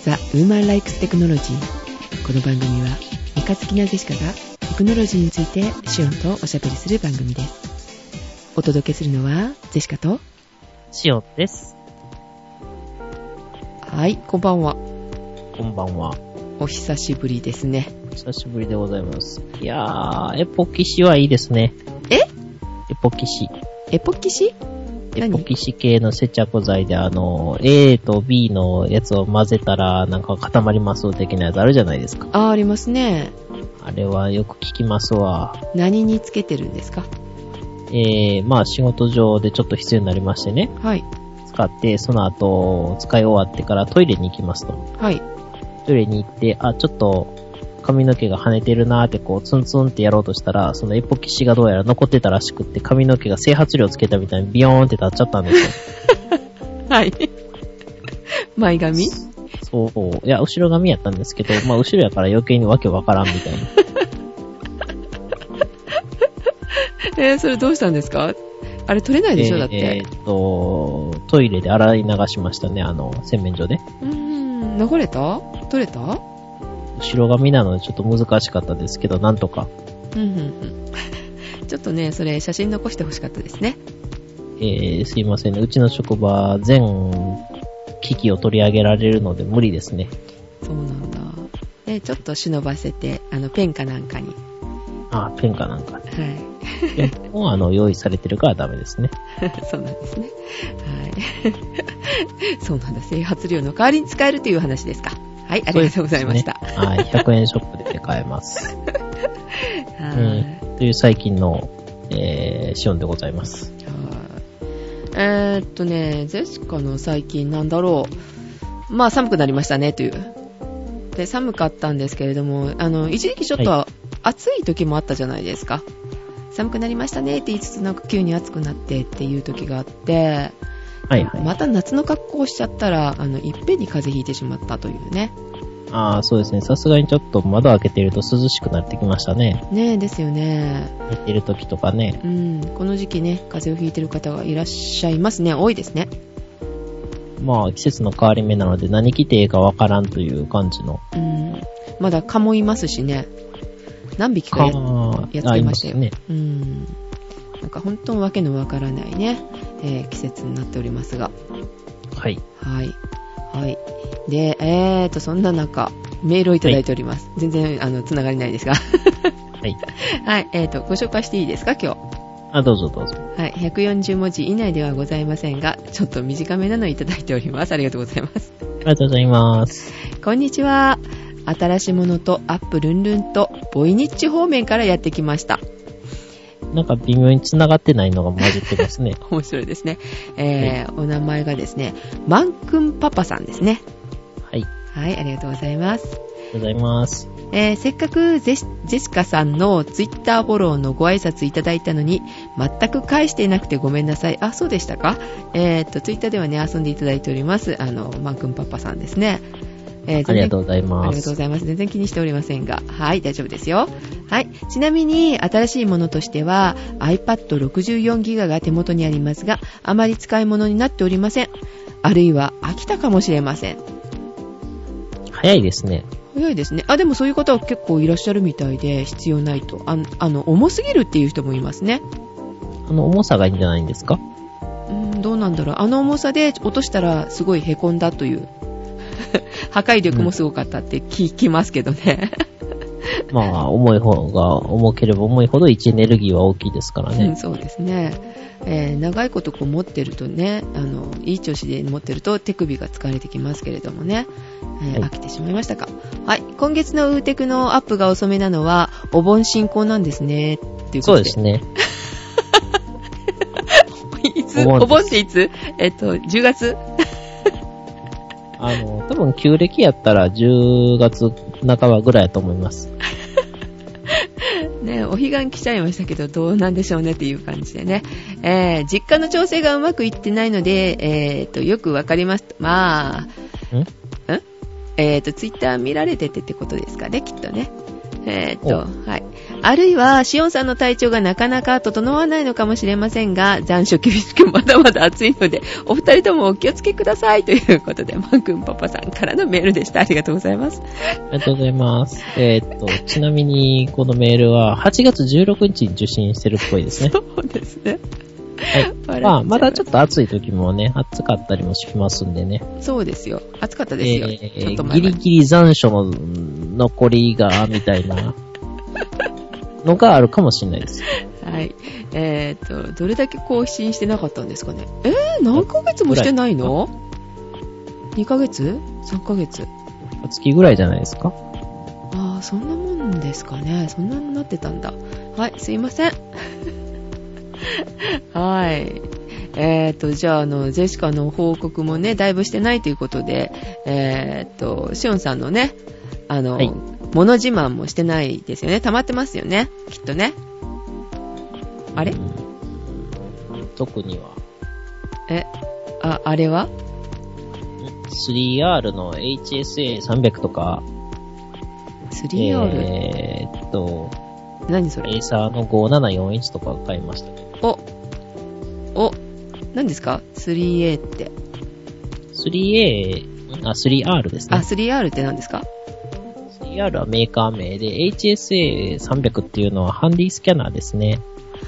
The Woman Likes Technology。 この番組はメカ好きなジェシカがテクノロジーについてシオンとおしゃべりする番組です。お届けするのはジェシカとシオンです。 はい、こんばんは。 こんばんは。 お久しぶりですね。 お久しぶりでございます。いやー、エポキシはいいですね。 エポキシ。 エポキシ？ エポキシ系の接着剤でA と B のやつを混ぜたらなんか固まります的なやつあるじゃないですか。 ありますね。 あれはよく聞きますわ。 何につけてるんですか？ まあ仕事上でちょっと必要になりましてね。 はい。 使って、その後使い終わってからトイレに行きますと。 はい。 トイレに行って、ちょっと髪の毛が跳ねてるなーってこうツンツンってやろうとしたら、そのエポキシがどうやら残ってたらしくって、髪の毛が整髪料つけたみたいにビヨーンって立っちゃったんですよ。 はい。前髪？ そう。いや、後ろ髪やったんですけど、まあ後ろやから余計にわけわからんみたいな。 それどうしたんですか？あれ取れないでしょ、だって。 トイレで洗い流しましたね、洗面所で。 流れた？取れた？ 後ろ髪なのでちょっと難しかったですけど、なんとか。 ちょっとね、それ写真残してほしかったですね。 すいませんね。うちの職場、全機器を取り上げられるので無理ですね。 そうなんだ。ちょっと忍ばせて、ペンかなんかに。 ペンかなんか。はい。ペンも用意されてるからダメですね。 そうなんですね。はい。そうなんだ。整髪料の代わりに使えるという話ですか。はい、ありがとうございました。 はい、100円ショップで買えます。という最近の、シオンでございます。 ジェシカの最近なんだろう。まあ寒くなりましたねという。で、寒かったんですけれども、一時期ちょっと暑い時もあったじゃないですか。寒くなりましたねって言いつつなんか急に暑くなってっていう時があって、はいはい、また夏の格好をしちゃったら、いっぺんに風邪ひいてしまったというね。 そうですね。さすがにちょっと窓開けてると涼しくなってきましたね。 ねえ、ですよね。 寝てる時とかね。 この時期ね、風邪をひいてる方がいらっしゃいますね。多いですね。 まあ、季節の変わり目なので何着ていいかわからんという感じの。 まだ蚊もいますしね。何匹かやってましたよね。なんか本当にわけのわからないね、季節になっておりますが。 はい。 はい。はい。で、そんな中、メールをいただいております。はい、全然、つながりないですが。はい。はい。ご紹介していいですか、今日。 どうぞどうぞ。 はい。140文字以内ではございませんが、ちょっと短めなのをいただいております。ありがとうございます。 ありがとうございます。 こんにちは。新しいものとアップルンルンとボイニッチ方面からやってきました。 なんか微妙に繋がってないのが混じってますね。 面白いですね。お名前がですね、マンクンパパさんですね。 はい。 はい、ありがとうございます。 ありがとうございます。 せっかくジェシカさんのツイッターフォローのご挨拶いただいたのに、全く返していなくてごめんなさい。そうでしたか？ツイッターではね、遊んでいただいております。マンクンパパさんですね。 ありがとうございます。 ありがとうございます。全然気にしておりませんが。はい、大丈夫ですよ。はい。ちなみに、新しいものとしては、iPad64GB が手元にありますが、あまり使い物になっておりません。あるいは飽きたかもしれません。 早いですね。 早いですね。でもそういう方は結構いらっしゃるみたいで、必要ないと。重すぎるっていう人もいますね。 重さがいいんじゃないんですか？ どうなんだろう。重さで落としたらすごい凹んだという。破壊力もすごかったって聞きますけどね。 まあ、重ければ重いほど位置エネルギーは大きいですからね。 そうですね。長いことこう持ってるとね、いい調子で持ってると手首が疲れてきますけれどもね、飽きてしまいましたか。はい。今月のウーテクのアップが遅めなのは、お盆進行なんですね。っていうことで。 そうですね。 お盆っていつ？10月多分旧暦やったら10月半ばぐらいだと思います。 ね、お彼岸来ちゃいましたけど、どうなんでしょうねっていう感じでね。実家の調整がうまくいってないので、よくわかります。まあ、ツイッター見られててってことですかね、きっとね。はい。 あるいは、しおんさんの体調がなかなか整わないのかもしれませんが、残暑厳しくまだまだ暑いので、お二人ともお気をつけくださいということで、マンくんパパさんからのメールでした。ありがとうございます。 ありがとうございます。ちなみに、このメールは8月16日に受信してるっぽいですね。 そうですね。 はい。まあ、まだちょっと暑い時もね、暑かったりもしますんでね。 そうですよ。暑かったですよ。ちょっと前ギリギリ残暑の残りが、みたいなのがあるかもしれないです。 はい。どれだけ更新してなかったんですかね。何ヶ月もしてないの ?2 ヶ月 ?3 ヶ月月ぐらいじゃないですか。 ああ、そんなもんですかね。そんなになってたんだ。はい、すいません。はい。じゃあ、ジェシカの報告もね、だいぶしてないということで、シオンさんのね、はい、物自慢もしてないですよね。溜まってますよね。きっとね。あれ？ 特には。 あれは？ 3R の HSA300 とか。 3R？何それ？ エーサーの5741とか買いましたね。 何ですか ?3A って。 3R ですね。 3R って何ですか？ 3R はメーカー名で、HSA300 っていうのはハンディスキャナーですね。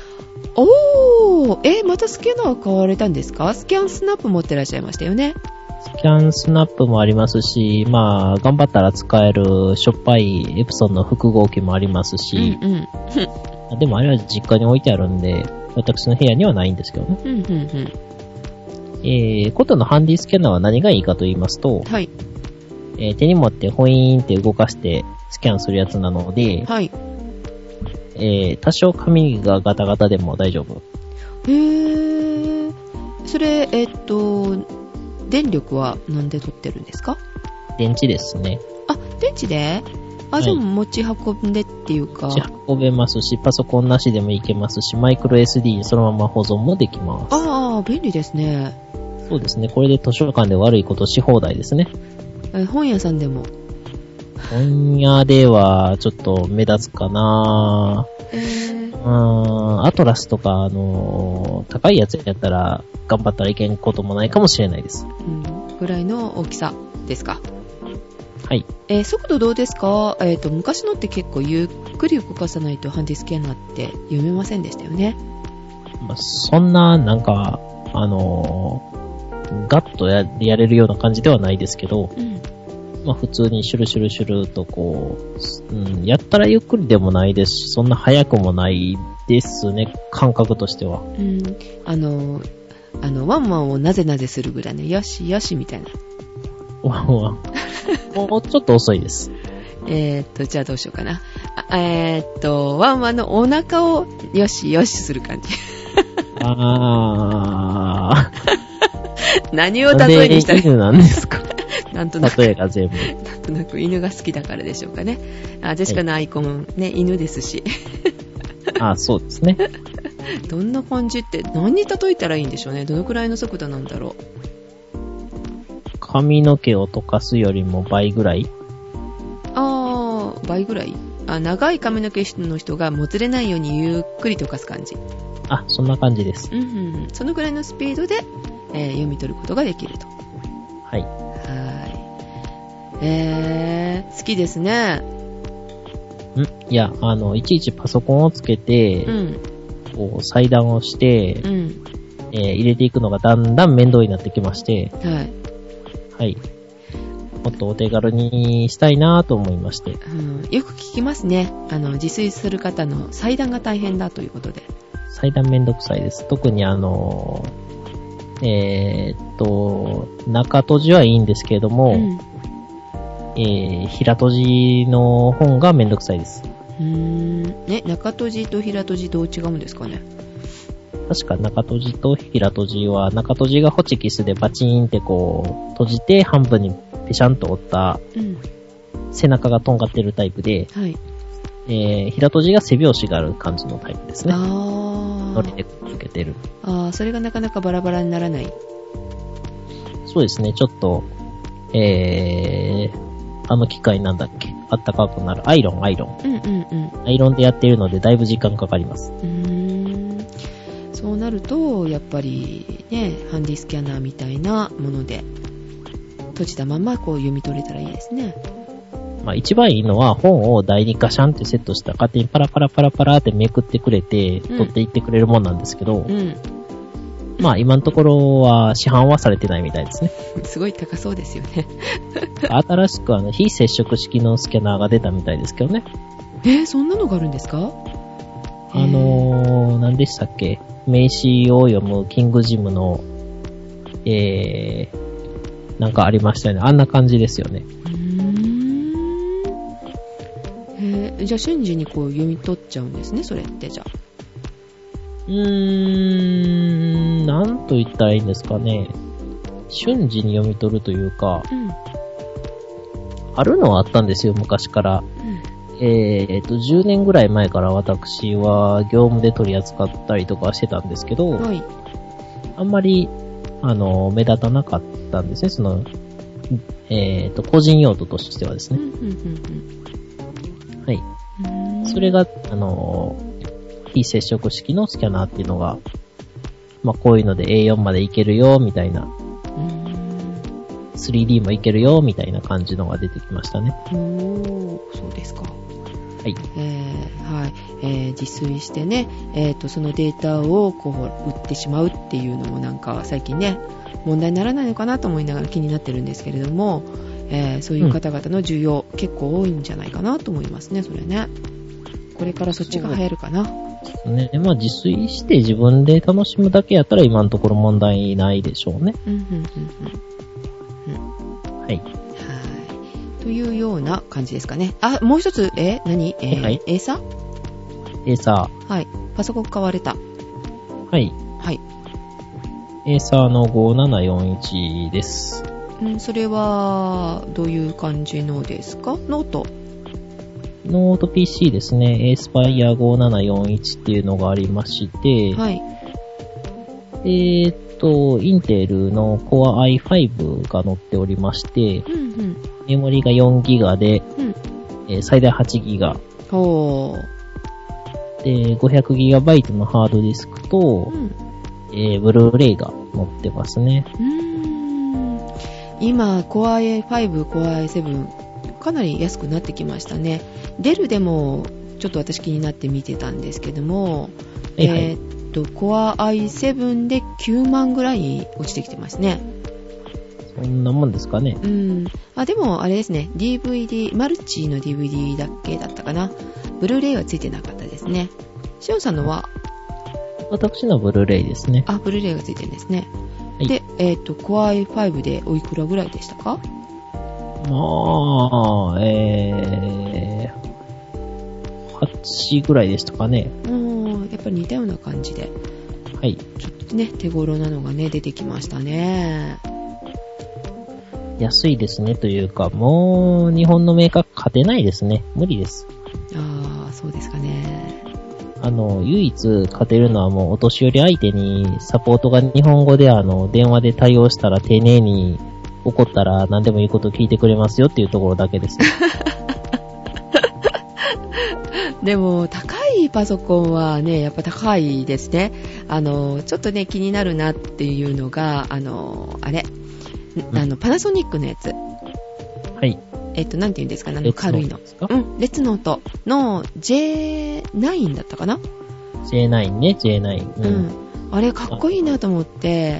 またスキャナー買われたんですか？スキャンスナップ持ってらっしゃいましたよね。 スキャンスナップもありますし、まあ、頑張ったら使えるしょっぱいエプソンの複合機もありますし、でもあれは実家に置いてあるんで、私の部屋にはないんですけどね。ことのハンディスキャナーは何がいいかと言いますと、 はい。 手に持ってホイーンって動かしてスキャンするやつなので、 はい。 多少紙がガタガタでも大丈夫。 それ、電力は何で取ってるんですか？ 電池ですね。 電池で？じゃあ持ち運んでっていうか。 持ち運べますし、パソコンなしでもいけますし、マイクロ SD にそのまま保存もできます。 便利ですね。 そうですね。これで図書館で悪いことし放題ですね。 本屋さんでも。 本屋ではちょっと目立つかな。アトラスとか、高いやつやったら頑張ったらいけんこともないかもしれないです。 ぐらいの大きさですか。 はい。 速度どうですか？昔のって結構ゆっくり動かさないとハンディスキャナーって読めませんでしたよね。 そんな、なんか、ガッとやれるような感じではないですけど、普通にシュルシュルシュルとこう、やったらゆっくりでもないですし、そんな速くもないですね、感覚としては。 ワンワンをなぜなぜするぐらいね、よしよしみたいな。 ワンワン。もうちょっと遅いです。 じゃあどうしようかな。ワンワンのお腹をよしよしする感じ。何を例えにしたらいい？ 犬なんですか？ なんとなく。 例えが全部。 なんとなく犬が好きだからでしょうかね。ジェシカのアイコンね、犬ですし。 そうですね。 どんな感じって何に例えたらいいんでしょうね。どのくらいの速度なんだろう。 髪の毛を溶かすよりも倍ぐらい？ 倍ぐらい？長い髪の毛の人がもつれないようにゆっくり溶かす感じ。 そんな感じです。 そのくらいのスピードで、読み取ることができると。 はい。 好きですね。 いや、いちいちパソコンをつけて、こう、裁断をして、入れていくのがだんだん面倒になってきまして、はい。もっとお手軽にしたいなと思いまして。 よく聞きますね。自炊する方の裁断が大変だということで。 裁断めんどくさいです。特に中閉じはいいんですけれども、平閉じの本がめんどくさいです。 中閉じと平閉じどう違うんですかね？ 確か中閉じと平閉じは、中閉じがホチキスでバチーンってこう、閉じて半分にペシャンと折った、背中がとんがってるタイプで、平閉じが背拍子がある感じのタイプですね。のりでくっつけてる。 それがなかなかバラバラにならない。 そうですね、ちょっと、機械なんだっけ。 あったかくなる。アイロン。 うんうんうん。 アイロンでやってるのでだいぶ時間かかります。 そうなると、やっぱりね、ハンディスキャナーみたいなもので、閉じたままこう読み取れたらいいですね。 まあ一番いいのは本を台にガシャンってセットしたら勝手にパラパラパラパラってめくってくれて、取っていってくれるもんなんですけど、まあ今のところは市販はされてないみたいですね。 すごい高そうですよね。 新しく非接触式のスキャナーが出たみたいですけどね。 そんなのがあるんですか？ 何でしたっけ？名詞を読むキングジムの、なんかありましたよね。あんな感じですよね。 じゃあ瞬時にこう読み取っちゃうんですね、それってじゃあ。 なんと言ったらいいんですかね。瞬時に読み取るというか、あるのはあったんですよ、昔から。10年ぐらい前から私は業務で取り扱ったりとかしてたんですけど、はい、あんまり、目立たなかったんですね、その、個人用途としてはですね。はい。それが、非接触式のスキャナーっていうのが、まあ、こういうので A4 までいけるよ、みたいな。3D もいけるよ、みたいな感じのが出てきましたね。 そうですか。はい。自炊してね、そのデータをこう売ってしまうっていうのもなんか最近ね、問題にならないのかなと思いながら気になってるんですけれども、そういう方々の需要、結構多いんじゃないかなと思いますね、それね。これからそっちが流行るかな。 ね、まあ自炊して自分で楽しむだけやったら今のところ問題ないでしょうね。はい。 というような感じですかね。もう一つ、何？はい、エーサー？はい。パソコン買われた。 はい。 はい。 エーサーの5741です。 それは、どういう感じのですか？ノート PC ですね。Aspire 5741っていうのがありまして、はい。インテルの Core i5 が載っておりまして、メモリが4ギガで、最大8ギガ。で、500ギガバイトのハードディスクと、ブルーレイが載ってますね。 今、Core i5、Core i7、かなり安くなってきましたね。デルでも、ちょっと私気になって見てたんですけども、Core i7 で9万ぐらい落ちてきてますね。 そんなもんですかね。 でもあれですね、DVD、マルチの DVD だけだったかな。ブルーレイはついてなかったですね。シオンさんのは？ 私のブルーレイですね。 ブルーレイがついてるんですね。はい、で、Core i5 でおいくらぐらいでしたか？ まあ、8ぐらいでしたかね。 やっぱり似たような感じで。 はい。 ちょっとね、手頃なのがね、出てきましたね。 安いですねというか、もう日本のメーカー勝てないですね。無理です。 そうですかね。 唯一勝てるのはもうお年寄り相手にサポートが日本語で電話で対応したら丁寧に怒ったら何でもいいこと聞いてくれますよっていうところだけです。 でも高いパソコンはね、やっぱ高いですね。ちょっとね気になるなっていうのがあれ、パナソニックのやつ。 はい。 なんて言うんですかね、軽いの。レッツノートの J9 だったかな？ J9 ね、J9。 あれかっこいいなと思って。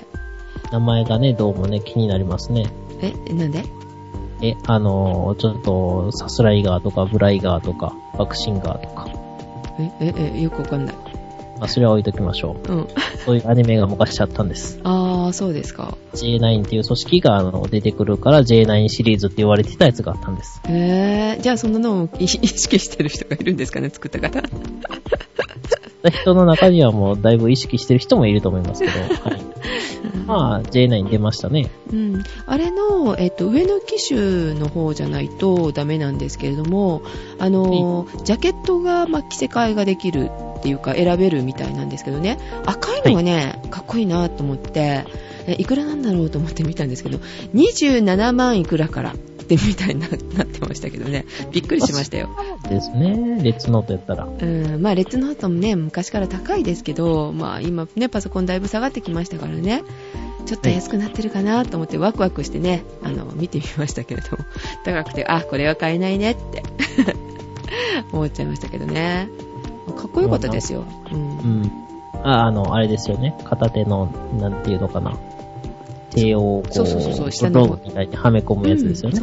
名前がね、どうもね、気になりますね。 なんで？ ちょっと、サスライガーとか、ブライガーとか、バクシンガーとか。 よくわかんない。 それは置いときましょう。そういうアニメが昔あったんです。 そうですか。 J9 っていう組織が出てくるから J9 シリーズって言われてたやつがあったんです。 じゃあそんなのを意識してる人がいるんですかね、作った方。 人の中にはもうだいぶ意識してる人もいると思いますけど。はい。J9 出ましたね。 あれの、上の機種の方じゃないとダメなんですけれども、ジャケットが、着せ替えができるっていうか選べるみたいなんですけどね、赤いのがね、かっこいいなと思って、いくらなんだろうと思って見たんですけど、27万いくらからテムみたいになってましたけどね。びっくりしましたよ。 ですね。レッツノートやったら。 まあレッツノートもね、昔から高いですけど、まあ今ね、パソコンだいぶ下がってきましたからね。ちょっと安くなってるかなと思ってワクワクしてね、見てみましたけれども、高くて、これは買えないねって思っちゃいましたけどね。かっこよかったですよ。 あれですよね。片手の、なんていうのかな。手をこう、 下のローブみたいにはめ込むやつですよね。 そう。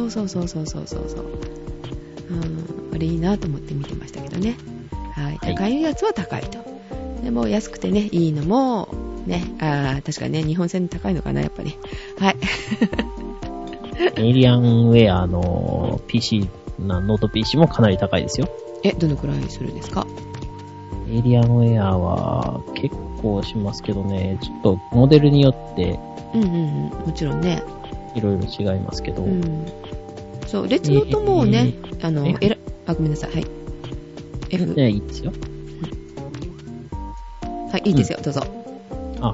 あれいいなと思って見てましたけどね。はい。高いやつは高いと。でも安くてね、いいのも、ね、確かね、日本製の高いのかな、やっぱり。はい。 エイリアンウェアの PC、ノート PC もかなり高いですよ。 どのくらいするんですか？ エイリアンウェアは結構しますけどね、ちょっとモデルによって、 もちろんね。 いろいろ違いますけど。 そう、レッツノートもね、ごめんなさい、はい。 F。いいですよ。 はい、いいですよ、どうぞ。 はい。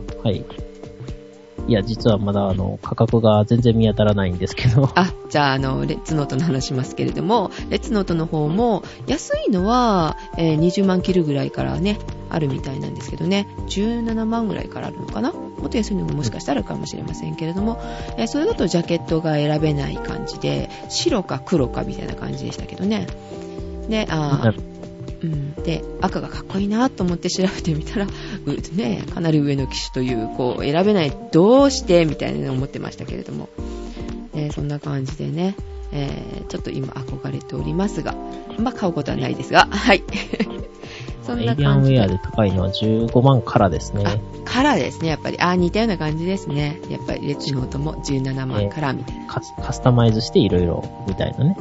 いや、実はまだ価格が全然見当たらないんですけど。 じゃあレッツノートの話しますけれども、レッツノートの方も、安いのは、20万切るぐらいからね、あるみたいなんですけどね、17万ぐらいからあるのかな？もっと安いのももしかしたらあるかもしれませんけれども、それだとジャケットが選べない感じで、白か黒かみたいな感じでしたけどね。で、で、赤がかっこいいなと思って調べてみたら、ね、かなり上の機種という、こう、選べない、どうしてみたいなのを思ってましたけれども、そんな感じでね、ちょっと今憧れておりますが、まあ、買うことはないですが、はい。そんな感じで。 エイリアンウェアで高いのは15万からですね。 からですね、やっぱり。似たような感じですね。やっぱりレッツノートも17万からみたいな。 カスタマイズしていろいろみたいなね。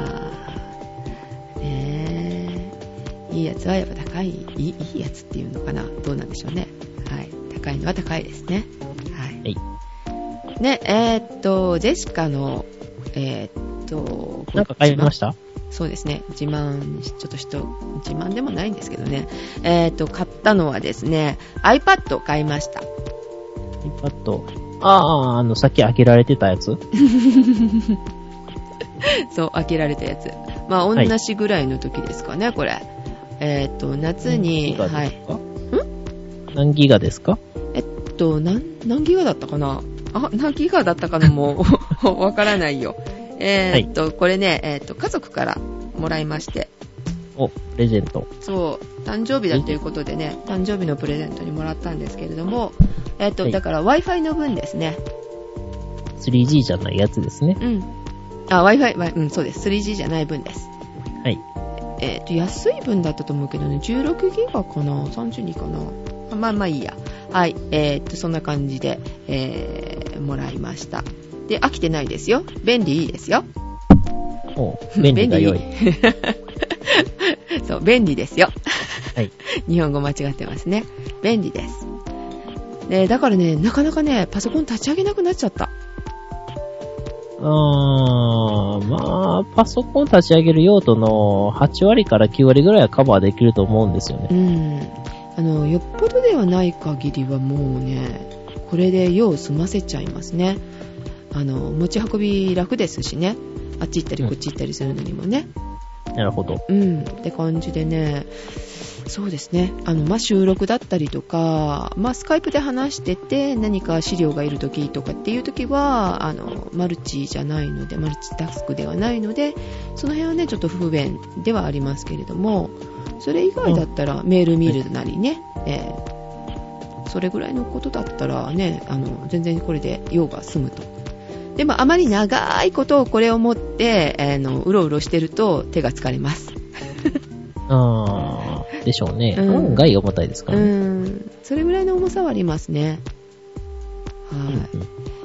いいやつはやっぱ高い、いいやつっていうのかな、どうなんでしょうね。はい。高いのは高いですね。はい。ね、ジェシカの、 なんか買いました？ そうですね。自慢でもないんですけどね。買ったのはですね、iPad を買いました。 iPad。さっき開けられてたやつそう、開けられたやつ。まあ、同じぐらいの時ですかね、これ。夏に、はい。 何ギガですか？ 何ギガだったかな？何ギガだったかのもわからないよ。これね、家族からもらいまして。 プレゼント。 そう、誕生日だということでね、誕生日のプレゼントにもらったんですけれども、だから Wi-Fi の分ですね。 3G じゃないやつですね。 Wi-Fi、そうです。3G じゃない分です。 はい。 安い分だったと思うけどね、16ギガかな ?32 かな？まあいいや。はい。そんな感じで、もらいました。で、飽きてないですよ。便利いいですよ。 便利が良い。 そう、便利ですよ。 はい。 日本語間違ってますね。便利です。だからね、なかなかね、パソコン立ち上げなくなっちゃった。 パソコン立ち上げる用途の8割から9割ぐらいはカバーできると思うんですよね。 よっぽどではない限りはもうね、これで用を済ませちゃいますね。持ち運び楽ですしね。あっち行ったりこっち行ったりするのにもね。 なるほど。 って感じでね、そうですね。収録だったりとか、スカイプで話してて、何か資料がいるときとかっていうときは、マルチじゃないので、マルチタスクではないので、その辺はね、ちょっと不便ではありますけれども、それ以外だったら、メール見るなりね、それぐらいのことだったらね、全然これで用が済むと。でも、あまり長いことをこれを持って、うろうろしてると手が疲れます。 でしょうね。案外重たいですからね。 それぐらいの重さはありますね。はい。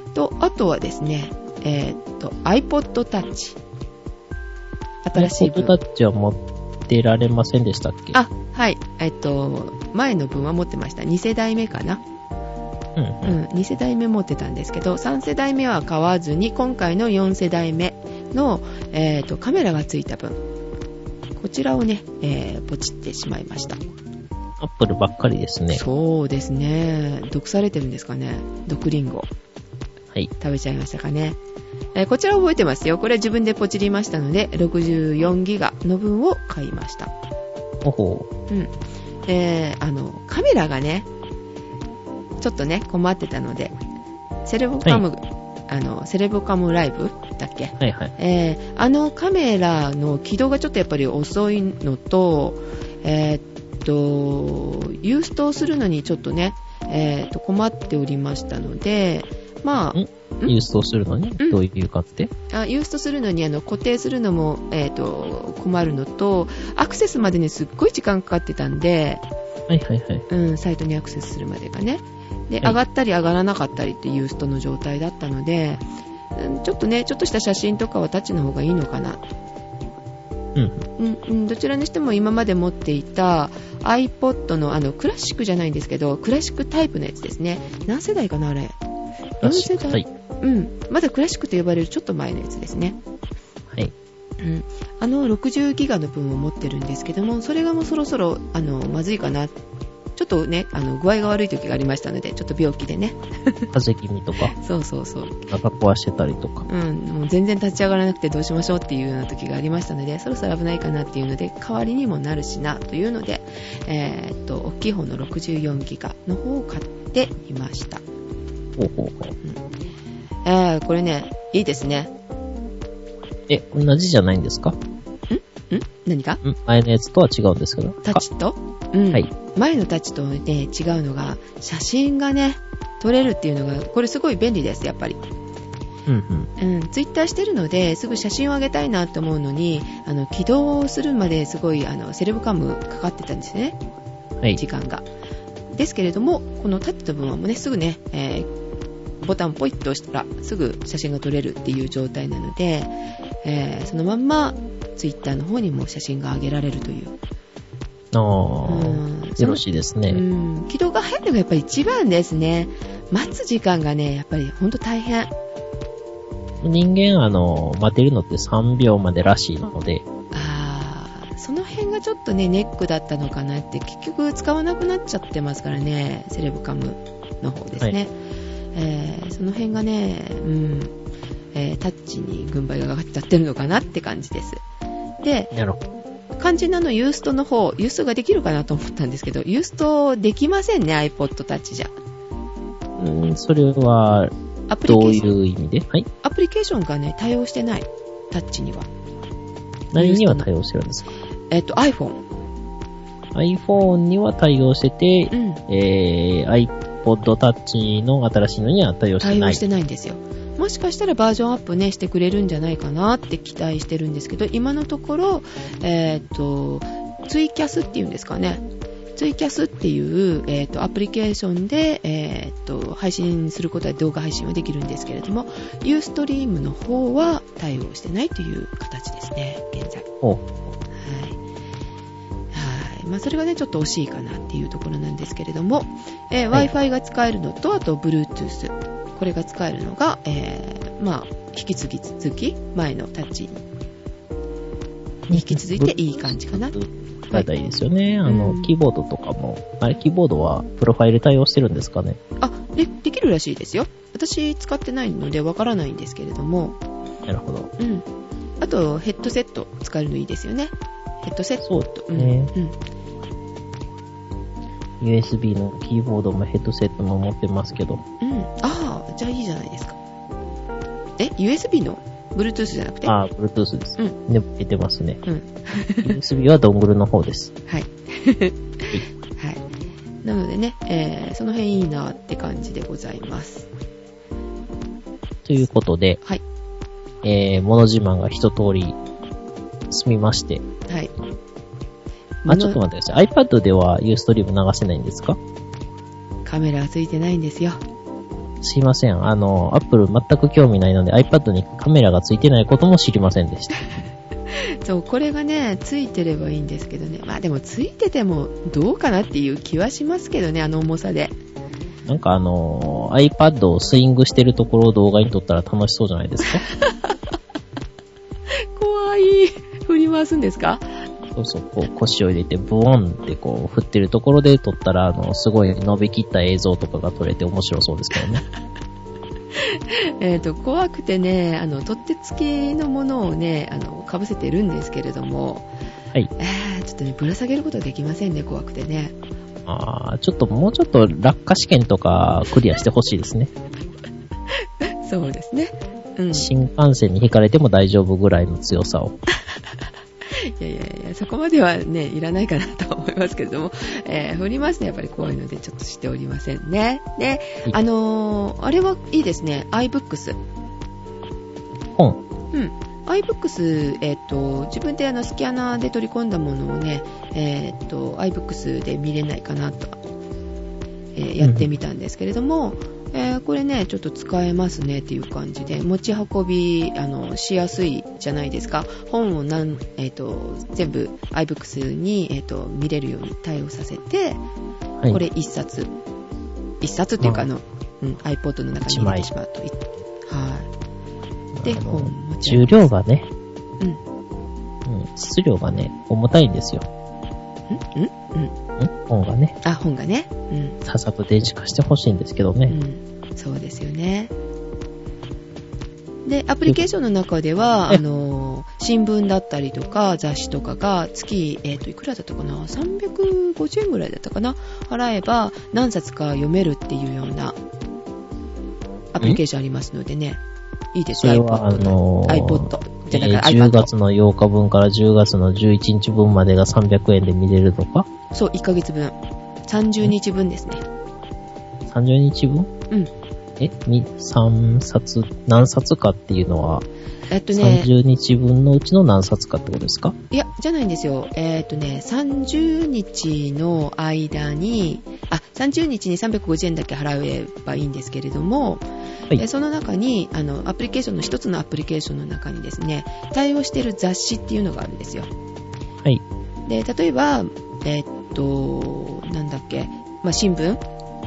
と、あとはですね、iPod Touch。新しい分。 iPod Touch は持ってられませんでしたっけ？ はい。前の分は持ってました。2世代目かな。2世代目持ってたんですけど、3世代目は買わずに、今回の4世代目の、カメラがついた分。こちらをね、ポチってしまいました。 アップルばっかりですね。 そうですね。毒されてるんですかね。毒リンゴ。 はい。 食べちゃいましたかね。 こちら覚えてますよ。これは自分でポチりましたので、64ギガの分を買いました。 ほほう。うん。カメラがね、ちょっとね、困ってたので、セレブカム、セレブカムライブだっけ？ はいはい。 カメラの起動がちょっとやっぱり遅いのと、ユーストをするのにちょっとね、困っておりましたので、まあ、 ユーストするのにどういう感じで？ ユーストするのに固定するのも、困るのと、アクセスまでにすっごい時間かかってたんで、 はいはいはい。 サイトにアクセスするまでがね。で、 はい、 上がったり上がらなかったりっていうユーストの状態だったので、ちょっとした写真とかはタッチの方がいいのかな。どちらにしても今まで持っていた iPod のクラシックじゃないんですけど、クラシックタイプのやつですね。何世代かなあれ。4世代。まだクラシックと呼ばれるちょっと前のやつですね。 はい。 60ギガの分を持ってるんですけども、それがもうそろそろまずいかな。ちょっとね、具合が悪い時がありましたので、ちょっと病気でね。 風邪気味とか。 そう。 中壊してたりとか。 もう全然立ち上がらなくてどうしましょうっていうような時がありましたので、そろそろ危ないかなっていうので、代わりにもなるしなというので、大きい方の64ギガの方を買ってみました。 ほう。 これね、いいですね。 同じじゃないんですか？ 何か？ 前のやつとは違うんですけど。 タッチと？ はい。 前のタッチとね、違うのが、写真がね、撮れるっていうのが、これすごい便利です、やっぱり。ツイッターしてるので、すぐ写真を上げたいなと思うのに、起動するまですごい、セレブカムかかってたんですね。 はい。 時間が。ですけれども、このタッチの部分もね、すぐね、ボタンポイッと押したら、すぐ写真が撮れるっていう状態なので、そのまんま、ツイッターの方にも写真が上げられるという。 よろしいですね。 起動が早いのがやっぱり一番ですね。待つ時間がね、やっぱりほんと大変。 人間待てるのって3秒までらしいので。 その辺がちょっとね、ネックだったのかなって、結局使わなくなっちゃってますからね、セレブカムの方ですね。はい、その辺がね、タッチに軍配が上がっちゃってるのかなって感じです。で、肝心なユーストの方、ユーストができるかなと思ったんですけど、ユーストできませんね、iPod Touch じゃ。 それは、どういう意味で？はい。 アプリケーションがね、対応してない。タッチには。 何には対応してるんですか ？iPhone。iPhone には対応してて、iPod Touch の新しいのには対応してない。 対応してないんですよ。もしかしたらバージョンアップねしてくれるんじゃないかなって期待してるんですけど、今のところツイキャスっていうんですかね、ツイキャスっていう、アプリケーションで、配信することは動画配信はできるんですけれども、ユーストリームの方は対応してないという形ですね、現在。それがねちょっと惜しいかなっていうところなんですけれども、Wi-Fi が使えるのと、あと Bluetooth、これが使えるのが、引き続き前のタッチに引き続いていい感じかな。 使いたいですよね。キーボードとかも、キーボードはプロファイル対応してるんですかね？ できるらしいですよ。私使ってないのでわからないんですけれども。 なるほど。 あとヘッドセット使えるのいいですよね。ヘッドセット。 そうですね。USB のキーボードもヘッドセットも持ってますけど。 じゃあいいじゃないですか。USB の Bluetooth じゃなくて Bluetooth です。でも出てますね。USB はドングルの方です。 はい。なのでね、その辺いいなって感じでございます。 ということで、物自慢が一通り済みまして。 はい。 ちょっと待ってください。iPad では Ustream 流せないんですか？ カメラがついてないんですよ。 すいません。Apple 全く興味ないので iPad にカメラがついてないことも知りませんでした。 そう、これがね、ついてればいいんですけどね。でもついててもどうかなっていう気はしますけどね、重さで。 なんかiPad をスイングしてるところを動画に撮ったら楽しそうじゃないですか？ 怖い。振り回すんですか？ そう、腰を入れて、ブオンって振ってるところで撮ったら、すごい伸びきった映像とかが撮れて面白そうですけどね。 怖くてね、取っ手付きのものをね、被せてるんですけれども、 はい。 ちょっとね、ぶら下げることできませんね、怖くてね。 もうちょっと落下試験とかクリアしてほしいですね。 そうですね。うん。 新幹線に引かれても大丈夫ぐらいの強さを。 いや、そこまではね、いらないかなと思いますけれども、振りますね、やっぱりこういうのでちょっとしておりませんね。で、あれはいいですね、iBooks。 本。 うん。iBooks、自分でスキャナーで取り込んだものをね、iBooks で見れないかなと、やってみたんですけれども、これね、ちょっと使えますねっていう感じで、持ち運び、しやすいじゃないですか。本を全部 iBooks に、見れるように対応させて、はい、これ一冊っていうかiPod の中に入れてしまうと。はい。で、本持ち重量がね、質量がね、重たいんですよ。本がね。 本がね。 さっさと電子化してほしいんですけどね。 そうですよね。で、アプリケーションの中では、新聞だったりとか、雑誌とかが月、いくらだったかな ?350 円ぐらいだったかな払えば何冊か読めるっていうようなアプリケーションありますのでね。いいですよ、iPod。じゃなくて 10月の8日分から10月の11日分までが300円で見れるとか？ そう、1ヶ月分。30日分ですね。 30日分？3冊、何冊かっていうのは、30日分のうちの何冊かってことですか？ いや、じゃないんですよ。30日の間に、30日に350円だけ払えばいいんですけれども、はい、その中に、アプリケーションの一つのアプリケーションの中にですね、対応している雑誌っていうのがあるんですよ。はい。で、例えば、なんだっけ、新聞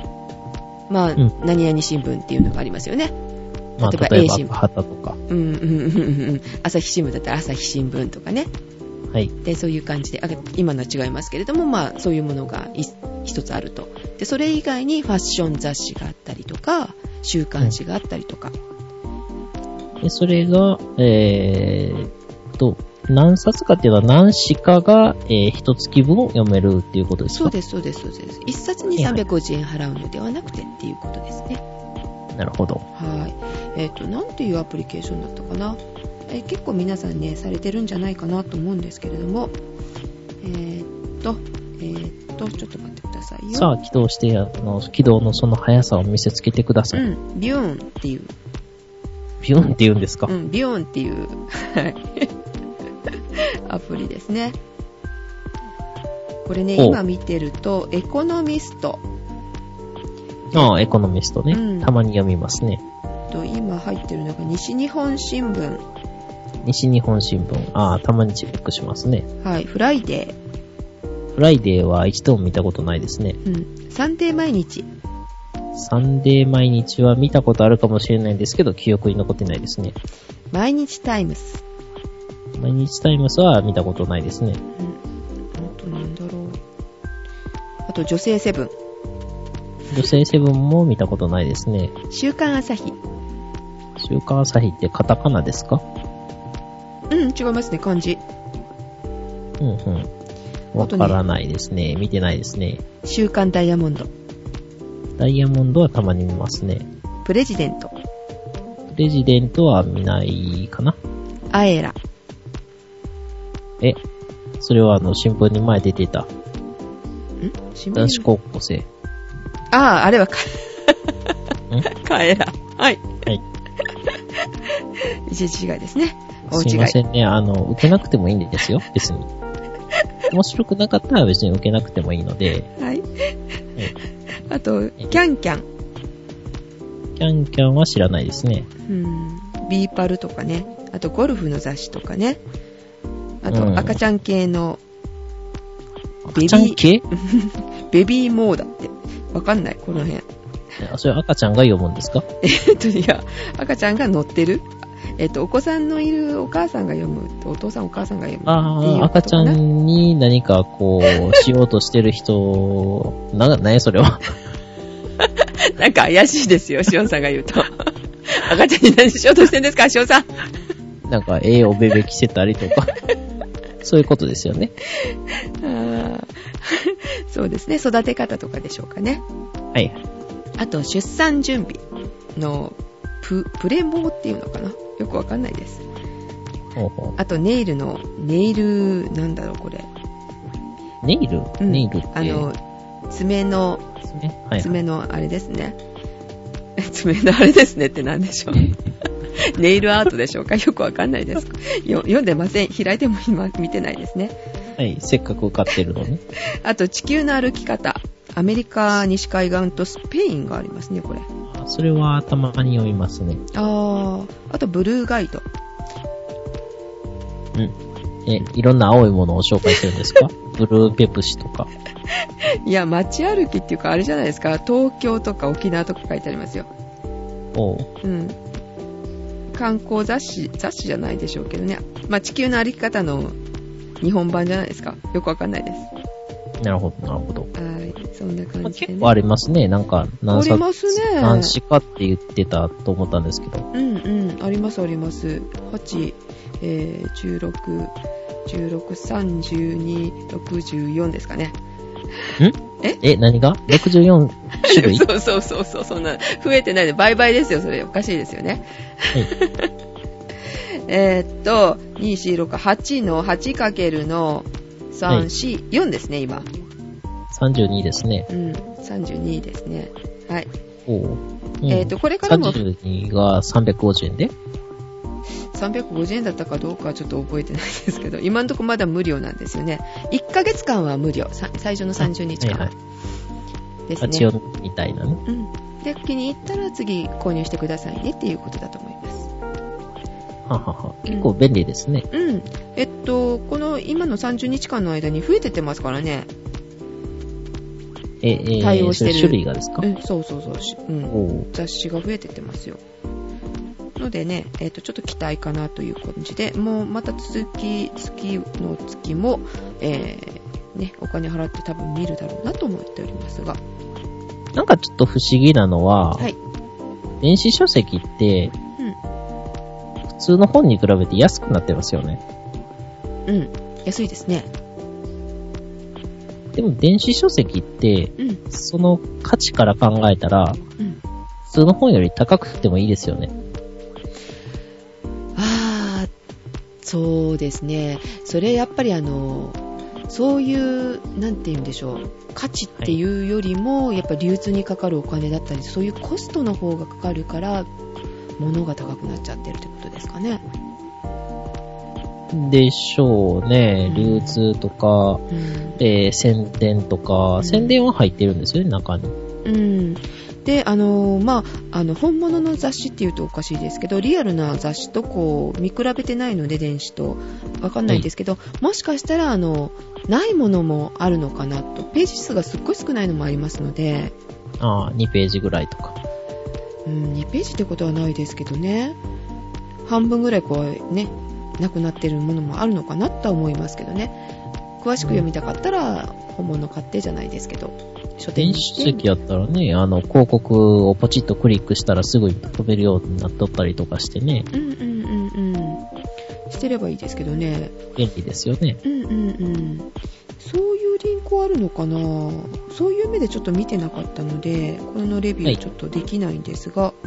何々新聞っていうのがありますよね。例えば A 新聞。 旗とか。 朝日新聞だったら朝日新聞とかね。はい。で、そういう感じで、今のは違いますけれども、そういうものが一つあると。で、それ以外にファッション雑誌があったりとか、週刊誌があったりとか。 で、それが、何冊かっていうのは何誌かが、一月分読めるっていうことですか？そうです。 一冊に350円払うのではなくてっていうことですね。 なるほど。 はい。なんていうアプリケーションだったかな。結構皆さんね、されてるんじゃないかなと思うんですけれども、ちょっと待ってくださいよ。 さあ、起動して、起動のその速さを見せつけてください。 ビューンっていう。 ビューンって言うんですか？ ビューンっていう。はい。アプリですね。これね、今見てると、エコノミスト。 エコノミストね。たまに読みますね。 今入ってるのが西日本新聞。 西日本新聞。たまにチェックしますね。 はい、フライデー。フライデーは一度も見たことないですね。 サンデー毎日。 サンデー毎日は見たことあるかもしれないんですけど、記憶に残ってないですね。 毎日タイムス。 毎日タイムスは見たことないですね。 あとなんだろう。あと女性セブン。 女性セブンも見たことないですね。 週刊朝日。 週刊朝日ってカタカナですか？ 違いますね、漢字。 わからないですね。見てないですね。 週刊ダイヤモンド。 ダイヤモンドはたまに見ますね。 プレジデント。 プレジデントは見ないかな。 アエラ。 それは新聞に前出てた。 新聞男子高校生。 あれはカエラ。はい。はい。一時違いですね。 すいませんね。受けなくてもいいんですよ。別に。面白くなかったら別に受けなくてもいいので。はい。 あと、キャンキャン。 キャンキャンは知らないですね。 ビーパルとかね。あと、ゴルフの雑誌とかね。あと、赤ちゃん系の、 赤ちゃん系ベビーモーダって。わかんない、この辺。 それ赤ちゃんが読むんですか？ いや、赤ちゃんが載ってる。お子さんのいるお母さんが読む。お父さんお母さんが読む。 赤ちゃんに何かしようとしてる人、何それは。 なんか怪しいですよ、しおんさんが言うと。 赤ちゃんに何しようとしてんですか、しおさん。 なんか、おべべ着せたりとか。そういうことですよね。 そうですね。育て方とかでしょうかね。 はい。 あと、出産準備のプレモっていうのかな、よくわかんないです。 ほうほう。 あと、ネイル、なんだろう、これ。 ネイル、 うん、 ネイルって。 爪の、 はい、 爪のあれですね。爪のあれですねって何でしょう。ネイルアートでしょうか、よくわかんないです。読んでません。開いても今見てないですね。 はい、せっかく受かってるのに。 あと、地球の歩き方。アメリカ西海岸とスペインがありますね、これ。 それはたまに読みますね。 あと、ブルーガイド。 うん。いろんな青いものを紹介するんですか？ブルーペプシとか。 いや、街歩きっていうか、あれじゃないですか。東京とか沖縄とか書いてありますよ。 おう。 うん。観光雑誌じゃないでしょうけどね。まあ、地球の歩き方の日本版じゃないですか。よくわかんないです。 なるほど、なるほど。 はい、そんな感じで、ね。 結構ありますね。なんか、 ありますね。 何誌かって言ってたと思ったんですけど。 うんうん、ありますあります。8、16、32、64ですかね。 何が ?64 種類そう、そんな、増えてないで、倍々ですよ、それ。おかしいですよね。はい。2、4、6、8の 8× の3、 はい、 4、4ですね、今。 32ですね。 うん、32ですね。はい。 おう。 これからも。 32が350円で 350円だったかどうかはちょっと覚えてないですけど、今のところまだ無料なんですよね。1ヶ月間は無料。最初の30日間。はいはい。ですね。 八音みたいなね。 うん。で、気に入ったら次購入してくださいねっていうことだと思います。 ははは。結構便利ですね。 うん。この今の30日間の間に増えてってますからね。対応してる。 種類がですか？ そう。うん。雑誌が増えてってますよ。のでね、ちょっと期待かなという感じで、もうまた月の月も、ね、お金払って多分見るだろうなと思っておりますが。 なんかちょっと不思議なのは、はい、電子書籍って、うん、普通の本に比べて安くなってますよね。 うん、安いですね。 でも電子書籍って、うん、その価値から考えたら、うん、普通の本より高くてもいいですよね。 そうですね。それやっぱりそういう、なんて言うんでしょう。価値っていうよりも、はい、やっぱり流通にかかるお金だったり、そういうコストの方がかかるから、物が高くなっちゃってるってことですかね。 でしょうね。流通とか、宣伝とか、宣伝は入ってるんですよね、中に。 うん。で、本物の雑誌っていうとおかしいですけど、リアルな雑誌とこう見比べてないので、電子とわかんないんですけど、はい、もしかしたらないものもあるのかなと。ページ数がすっごい少ないのもありますので。 2ページぐらいとか。 2ページってことはないですけどね。半分ぐらいこうね、なくなってるものもあるのかなとは思いますけどね。詳しく読みたかったら、本物買ってじゃないですけど。 電子書籍やったらね、広告をポチッとクリックしたらすぐに飛べるようになっとったりとかしてね。 してればいいですけどね。 便利ですよね。 そういうリンクあるのかな？そういう目でちょっと見てなかったので、このレビューちょっとできないんですが、はい、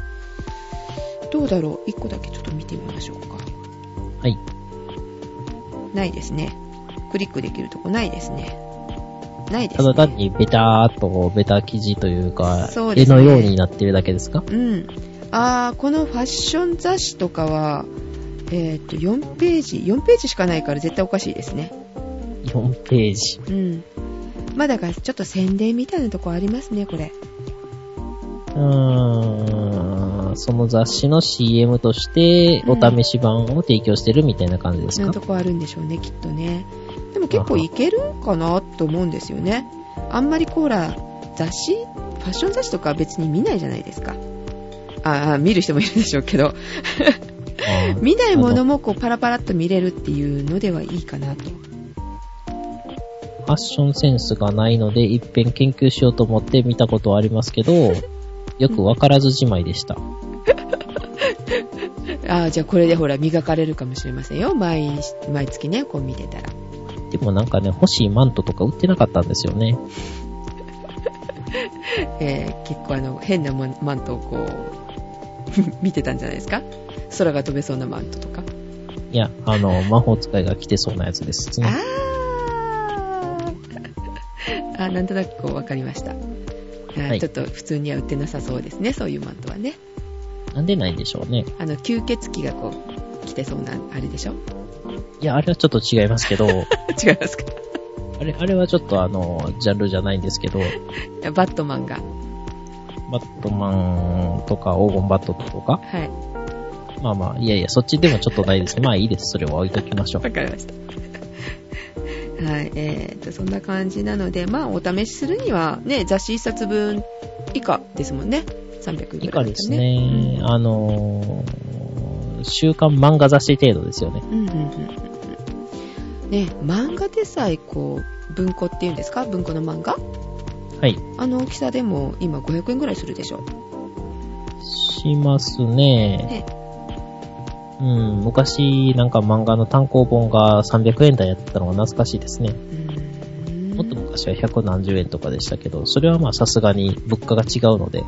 どうだろう？1個だけちょっと見てみましょうか。 はい。 ないですね。クリックできるとこないですね。ないですね。 ただ単にベタ記事というか、そうですね、絵のようになってるだけですか？ うん。このファッション雑誌とかは、4ページしかないから絶対おかしいですね。 4ページ。 うん。まあだからちょっと宣伝みたいなとこありますね、これ。 その雑誌の CM としてお試し版を提供してるみたいな感じですか？ そういうとこあるんでしょうね、きっとね。でも結構いけるかなと思うんですよね。あんまり雑誌、ファッション雑誌とかは別に見ないじゃないですか。見る人もいるでしょうけど。見ないものもこうパラパラっと見れるっていうのではいいかなと。 ファッションセンスがないので一遍研究しようと思って見たことはありますけど、よくわからずじまいでした。 じゃあこれでほら磨かれるかもしれませんよ。毎月ね、こう見てたら。 でもなんかね、欲しいマントとか売ってなかったんですよね。 結構変なマントをこう、見てたんじゃないですか？空が飛べそうなマントとか。 いや、魔法使いが着てそうなやつですね。 なんとなくこう分かりました。はい、ちょっと普通には売ってなさそうですね、そういうマントはね。 なんでないんでしょうね。 吸血鬼がこう、着てそうな、あれでしょ？ いや、あれはちょっと違いますけど。違いますか？ あれはちょっとジャンルじゃないんですけど。 バットマンとか、黄金バットとか。 はい。 まあまあ、いやいや、そっちでもちょっとないですね。まあいいです。それは置いときましょう。 わかりました。はい。そんな感じなので、まあ、お試しするには、ね、雑誌1冊分以下ですもんね。300 以下ですね。週刊漫画雑誌程度ですよね。 ね、漫画でさえ、こう、文庫っていうんですか？文庫の漫画？ はい。 大きさでも今500円ぐらいするでしょ？ しますね。昔なんか漫画の単行本が300円台やったのが懐かしいですね。もっと昔は100何十円とかでしたけど、それはまあさすがに物価が違うので。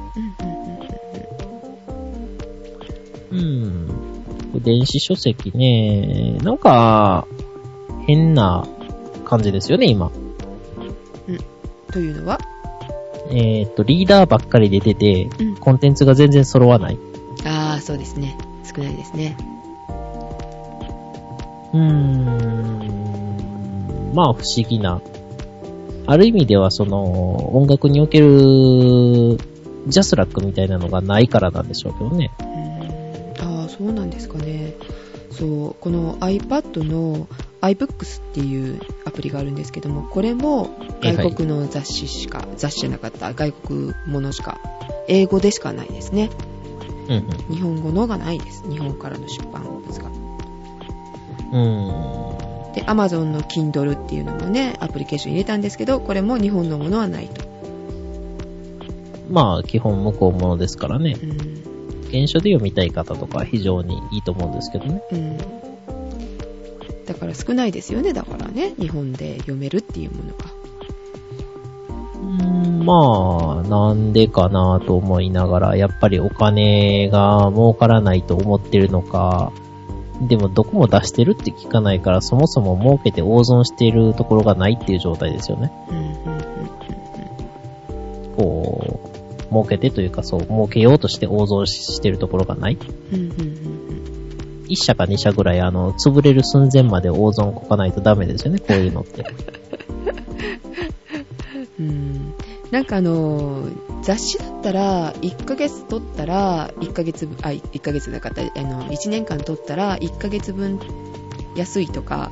電子書籍ね、なんか変な感じですよね、今。 というのは？ リーダーばっかりで出て、コンテンツが全然揃わない。 そうですね。少ないですね。 まあ不思議な。ある意味では音楽におけるジャスラックみたいなのがないからなんでしょうけどね。 そうなんですかね。そう、この iPad の iBooks っていうアプリがあるんですけども、これも外国の雑誌しか、雑誌じゃなかった外国ものしか、英語でしかないですね。日本語のがないです。日本からの出版物が。で、Amazon の Kindle っていうのもね、アプリケーション入れたんですけど、これも日本のものはないと。 まあ、基本向こうものですからね。原書で読みたい方とか非常にいいと思うんですけどね。 だから少ないですよね。だからね、日本で読めるっていうものが。 まあ、なんでかなと思いながら、やっぱりお金が儲からないと思ってるのか、でもどこも出してるって聞かないから、そもそも儲けて大損しているところがないっていう状態ですよね。こう、儲けてというか儲けようとして大損してるところがない。1社か2社ぐらい潰れる寸前まで大損こかないとダメですよね、こういうのって。 なんか雑誌だったら1ヶ月取ったら1ヶ月なかった1年間取ったら1ヶ月分安いとか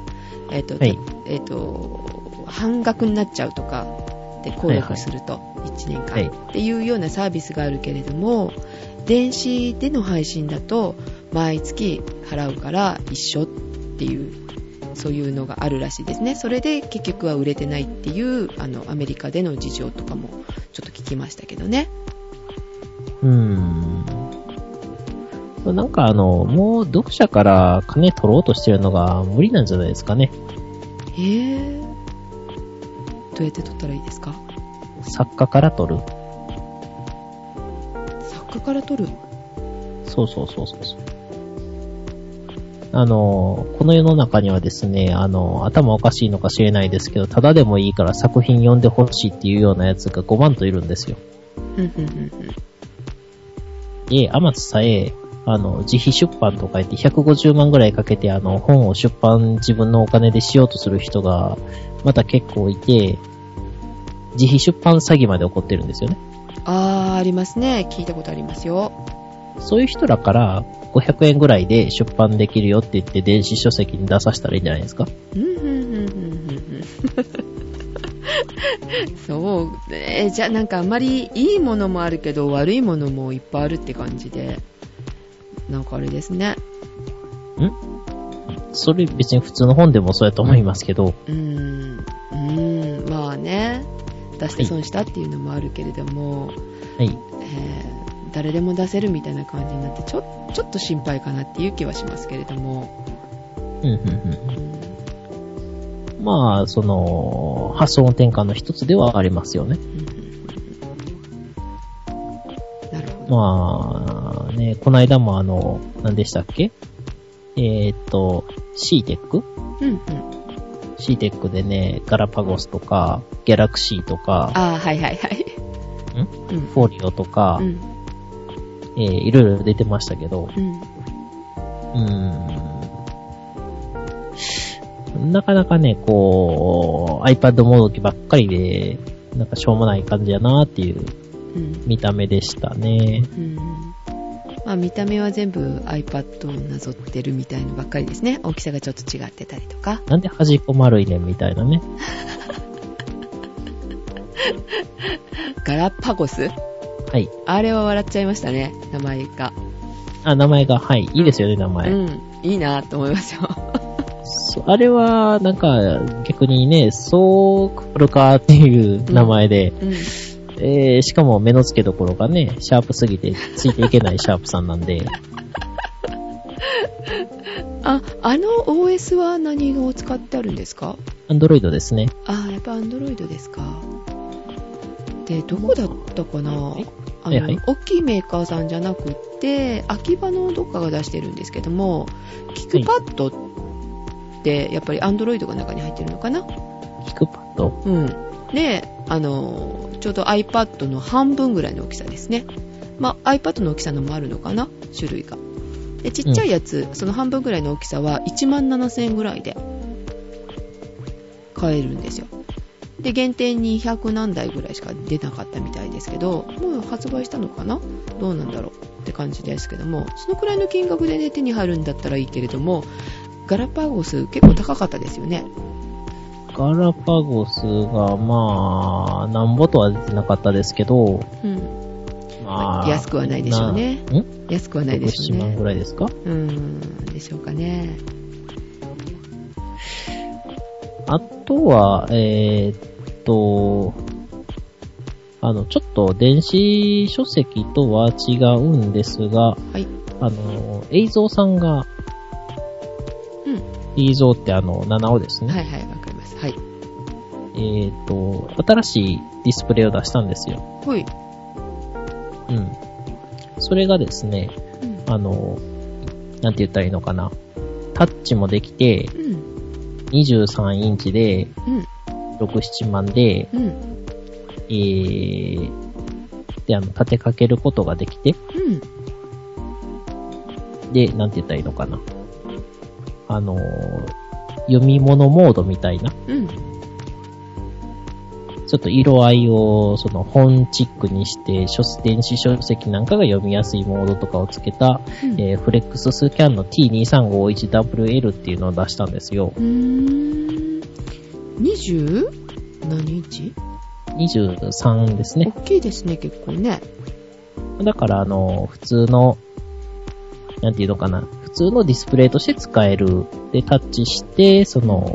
半額になっちゃうとかで購読すると1年間っていうようなサービスがあるけれども、電子での配信だと毎月払うから一緒っていうそういうのがあるらしいですね。それで結局は売れてないっていうアメリカでの事情とかもちょっと聞きましたけどね。 なんかもう読者から金取ろうとしてるのが無理なんじゃないですかね。 どうやって取ったらいいですか？ 作家から取る。 作家から取る？ そう。この世の中にはですね、頭おかしいのか知れないですけど、ただでもいいから作品読んでほしいっていうようなやつが5万といるんですよ。で、アマツさえ、自費出版とか言って150万ぐらいかけて本を出版自分のお金でしようとする人がまた結構いて、自費出版詐欺まで起こってるんですよね。 ありますね。聞いたことありますよ。 そういう人らから500円ぐらいで出版できるよって言って電子書籍に出させたらいいんじゃないですか。 そう、じゃあなんかあんまりいいものもあるけど悪いものもいっぱいあるって感じで、なんかあれですね。 それ別に普通の本でもそうやと思いますけど。 まあね、出して損したっていうのもあるけれども、 誰でも出せるみたいな感じになってちょっと心配かなっていう気はしますけれども。 まあ、その、発想の転換の一つではありますよね。 なるほど。 まあ、ね、この間も何でしたっけCTEC？ CTEC でね、ガラパゴスとか、ギャラクシーとか、 はい。 フォリオとか、いろいろ出てましたけど、なかなかね、こう、iPad もどきばっかりで、なんかしょうもない感じやなっていう見た目でしたね。 まあ見た目は全部 iPad をなぞってるみたいのばっかりですね。大きさがちょっと違ってたりとか。 なんで端っこ丸いねんみたいなね。 ガラパゴス？ はい。 あれは笑っちゃいましたね、名前が。 名前が、はい。いいですよね、名前。 いいなと思いますよ。 あれは、なんか、逆にね、そう来るかっていう名前で、しかも目の付けどころがね、シャープすぎてついていけないシャープさんなんで。 あの OS は何を使ってあるんですか？ アンドロイドですね。 やっぱアンドロイドですか。で、どこだったかな？大きいメーカーさんじゃなくって、秋葉のどっかが出してるんですけども、キクパッドってやっぱりアンドロイドが中に入ってるのかな？ キクパッド？ で、ちょうど iPad の半分ぐらいの大きさですね。まあ、iPad の大きさのもあるのかな？種類が。で、ちっちゃいやつ、その半分ぐらいの大きさは17,000円ぐらいで買えるんですよ。で、限定200何台ぐらいしか出なかったみたいですけど、もう発売したのかな？どうなんだろうって感じですけども、そのくらいの金額でね、手に入るんだったらいいけれども、ガラパゴス結構高かったですよね。 ガラパゴスが、まあ、なんぼとは出てなかったですけど、まあ、 安くはないでしょうね。安くはないでしょうね。 1万ぐらいですか？ でしょうかね。 あとは、ちょっと電子書籍とは違うんですが、映像さんが、映像って七尾ですね。 はい、わかります。はい。 新しいディスプレイを出したんですよ。 はい。 それがですね、なんて言ったらいいのかな。タッチもできて、23インチで、6、7万で、で、立てかけることができて、で、なんて言ったらいいのかな。読み物モードみたいな。ちょっと色合いを、本チックにして、電子書籍なんかが読みやすいモードとかをつけた、フレックススキャンの T2351WL っていうのを出したんですよ。 20？何インチ？ 23ですね。 大きいですね、結構ね。 だから、普通の、なんていうのかな。普通のディスプレイとして使える。で、タッチして、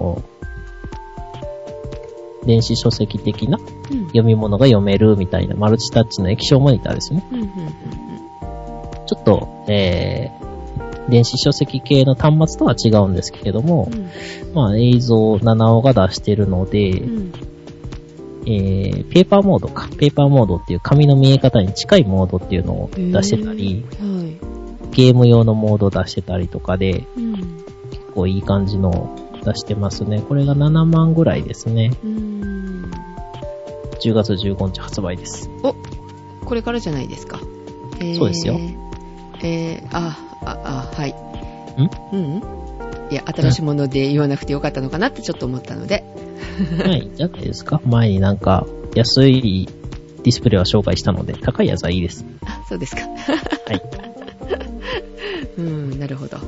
電子書籍的な読み物が読めるみたいなマルチタッチの液晶モニターですね。ちょっと、電子書籍系の端末とは違うんですけれども、まあ映像七尾が出してるので、ペーパーモードっていう紙の見え方に近いモードっていうのを出してたり、ゲーム用のモードを出してたりとかで、結構いい感じのを出してますね。これが7万ぐらいですね。10月15日発売です。 これからじゃないですか。 そうですよ。 はい。いや、新しいもので言わなくてよかったのかなってちょっと思ったので。 はい、じゃないですか。前になんか、安いディスプレイを紹介したので、高いやつはいいです。 そうですか。はい。なるほど。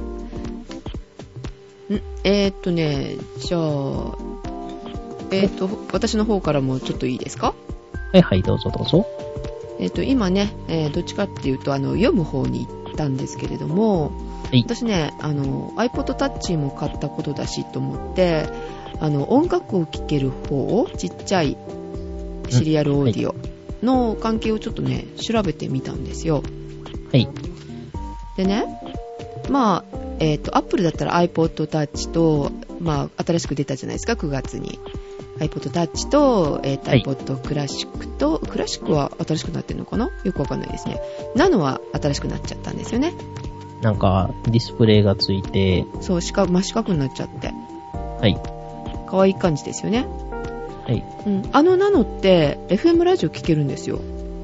じゃあ、私の方からもちょっといいですか？ はい、どうぞ。 今ね、どっちかっていうと、読む方に行ったんですけれども、私ね、iPod Touch も買ったことだしと思って、音楽を聴ける方を、ちっちゃいシリアルオーディオの関係をちょっとね、調べてみたんですよ。 はい。 でね、まあ、Apple だったら iPod Touch と、まあ、新しく出たじゃないですか、9月に。iPod Touch と、iPod Classic と、クラシックは新しくなってるのかな？よくわかんないですね。ナノは新しくなっちゃったんですよね。 なんか、ディスプレイがついて。 そう、真四角になっちゃって。 はい。 可愛い感じですよね。 はい。 うん。ナノって、FM ラジオ聞けるんですよ。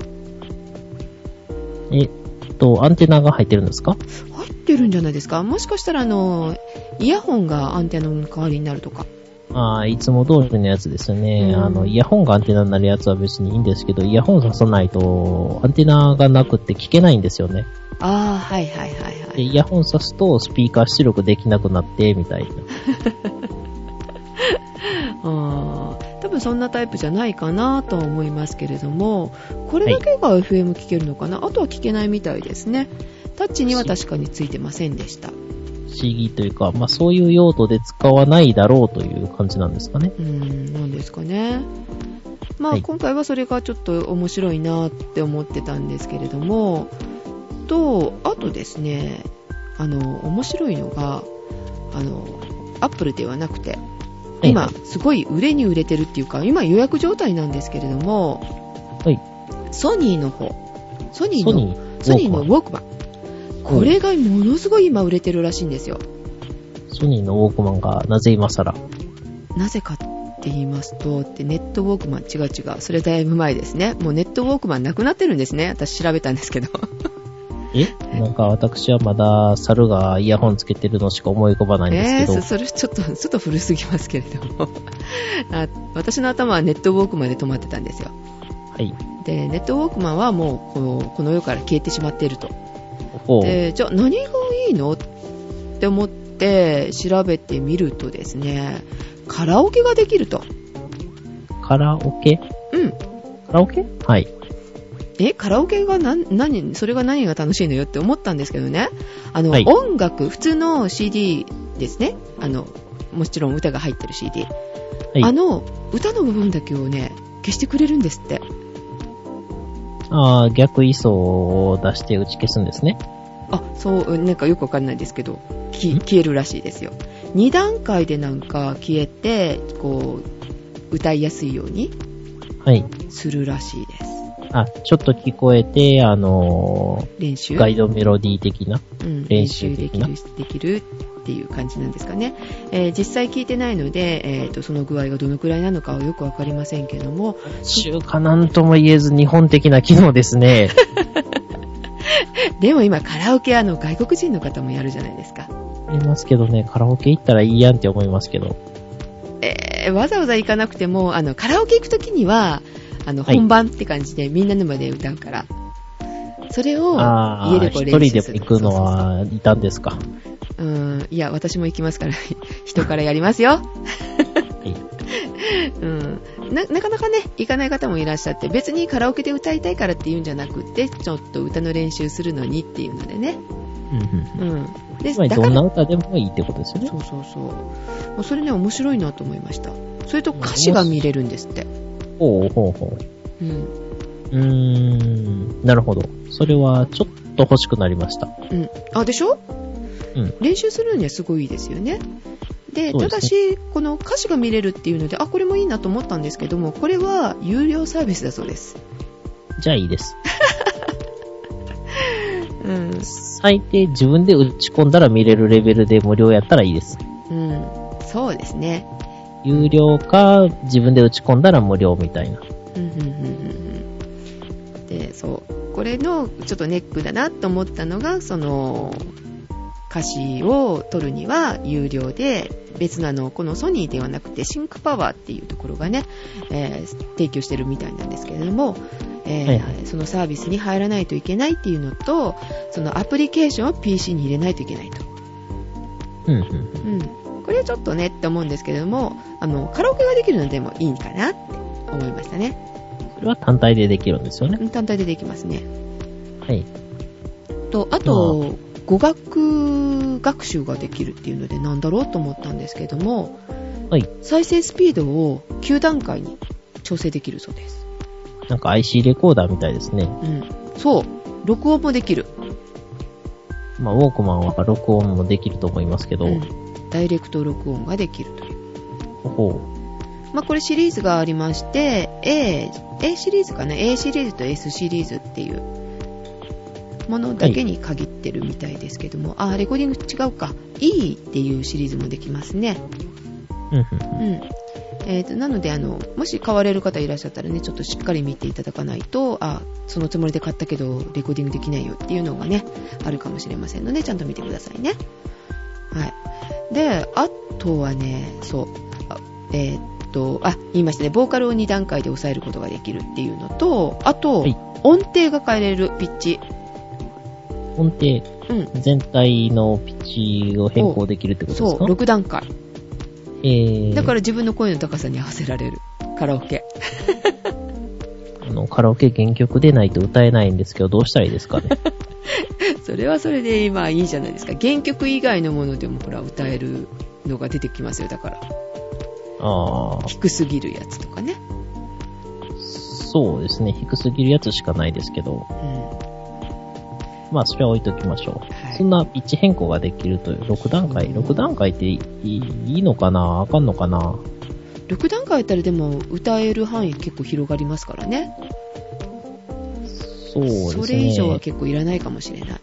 アンテナが入ってるんですか？ 入ってるんじゃないですか？もしかしたらイヤホンがアンテナの代わりになるとか。 いつも通りのやつですよね。イヤホンがアンテナになるやつは別にいいんですけど、イヤホンささないと、アンテナがなくって聞けないんですよね。 はいはいはいはい。 で、イヤホンさすとスピーカー出力できなくなって、みたいな。 多分そんなタイプじゃないかなとは思いますけれども、これだけが FM 聞けるのかな、あとは聞けないみたいですね。タッチには確かについてませんでした。 不思議というか、そういう用途で使わないだろうという感じなんですかね。 なんですかね。今回はそれがちょっと面白いなって思ってたんですけれども、あとですね、面白いのが、Apple ではなくて、今すごい売れに売れてるっていうか、今予約状態なんですけれども、 はい、 ソニーのウォークマン、これがものすごい今売れてるらしいんですよ。 ソニーのウォークマンがなぜ今更？なぜかって言いますと、ネットウォークマン違う、それだいぶ前ですね。もうネットウォークマンなくなってるんですね。私調べたんですけど。 なんか私はまだ猿がイヤホンつけてるのしか思い浮かばないんですけど。 それちょっと古すぎますけれども。私の頭はネットウォークマンで止まってたんですよ。 はい。 で、ネットウォークマンはもうこの世から消えてしまっていると。で、じゃあ何がいいのって思って調べてみるとですね、カラオケができると。 カラオケ？ うん。 カラオケ？はい。 カラオケがそれが何が楽しいのよって思ったんですけどね。 はい、 音楽、普通の CD ですね。もちろん歌が入ってる CD。はい、歌の部分だけをね、消してくれるんですって。 逆位相を出して打ち消すんですね。 そう、なんかよくわかんないですけど、消えるらしいですよ。2段階でなんか消えて、こう、歌いやすいようにするらしいです。 ちょっと聞こえて、 練習ガイドメロディー的な、練習できるっていう感じなんですかね。実際聞いてないので、その具合がどのくらいなのかはよくわかりませんけども。 中華なんとも言えず日本的な機能ですね。 でも今カラオケ外国人の方もやるじゃないですか。 ありますけどね、カラオケ行ったらいいやんって思いますけど。 わざわざ行かなくても、カラオケ行くときには、本番って感じでみんなの前で歌うから。それを家でこう練習する。 一人でも行くのはいたんですか？ いや、私も行きますから、人からやりますよ。なかなかね、行かない方もいらっしゃって、別にカラオケで歌いたいからっていうんじゃなくて、ちょっと歌の練習するのにっていうのでね。 で、どんな歌でもいいってことですよね。 そう。それね、面白いなと思いました。それと歌詞が見れるんですって。 なるほど。それはちょっと欲しくなりました。 でしょ？練習するにはすごいいいですよね。で、ただし、この歌詞が見れるっていうので、これもいいなと思ったんですけども、これは有料サービスだそうです。 じゃあいいです。最低自分で打ち込んだら見れるレベルで無料やったらいいです。 そうですね。 有料か自分で打ち込んだら無料みたいな。 で、これのちょっとネックだなと思ったのが、その歌詞を取るには有料で、別のこのソニーではなくてシンクパワーっていうところがね、提供してるみたいなんですけれども、そのサービスに入らないといけないっていうのと、そのアプリケーションを PC に入れないといけないと。これはちょっとねって思うんですけれども、カラオケができるのでもいいかなって思いましたね。 それは単体でできるんですよね。 単体でできますね。あと、 と、語学学習ができるっていうのでなんだろうと思ったんですけども、再生スピードを9段階に調整できるそうです。 なんか IC レコーダーみたいですね。 うん。そう。録音もできる。 まあ、ウォークマンは録音もできると思いますけど。 ダイレクト録音ができるという。 ほう。 まあ、これシリーズがありまして、A シリーズかな ?A シリーズと S シリーズっていうものだけに限ってるみたいですけども、レコーディング違うか。E っていうシリーズもできますね。なので、もし買われる方いらっしゃったらね、ちょっとしっかり見ていただかないと、そのつもりで買ったけど、レコーディングできないよっていうのがね、あるかもしれませんので、ちゃんと見てくださいね。はい。で、あとはね、そう、言いましたね、ボーカルを2段階で抑えることができるっていうのと、あと、はい、音程が変えれる、ピッチ。 音程、全体のピッチを変更できるってことですか？ そう、6段階。だから自分の声の高さに合わせられる。カラオケ。 カラオケ原曲でないと歌えないんですけど、どうしたらいいですかね？ それはそれで今いいじゃないですか。原曲以外のものでもほら歌えるのが出てきますよ、だから。低すぎるやつとかね。 そうですね。低すぎるやつしかないですけど。まあ、それは置いときましょう。はい、そんなピッチ変更ができるという6段階。6段階っていいのかな？あかんのかな？ 6 段階やったらでも歌える範囲結構広がりますからね。 そうですね。 それ以上は結構いらないかもしれない。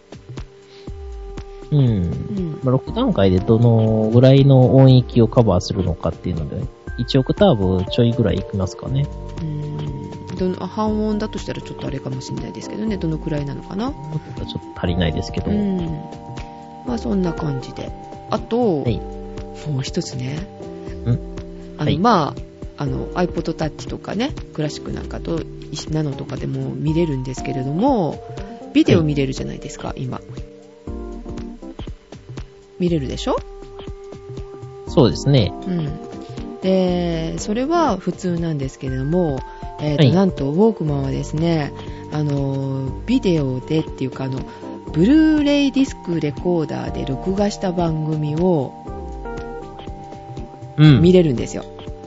まあ、6段階でどのぐらいの音域をカバーするのかっていうので、1オクターブちょいぐらいいきますかね。 半音だとしたらちょっとあれかもしれないですけどね、どのくらいなのかな。ちょっと足りないですけど。 まあそんな感じで。あと、はい、もう一つね。まあ、iPod Touch とかね、クラシックなんかと、ナノとかでも見れるんですけれども、ビデオ見れるじゃないですか、はい、今。見れるでしょ？ そうですね。 で、それは普通なんですけれども、なんと、ウォークマンはですね、ビデオでっていうか、ブルーレイディスクレコーダーで録画した番組を、見れるんですよ。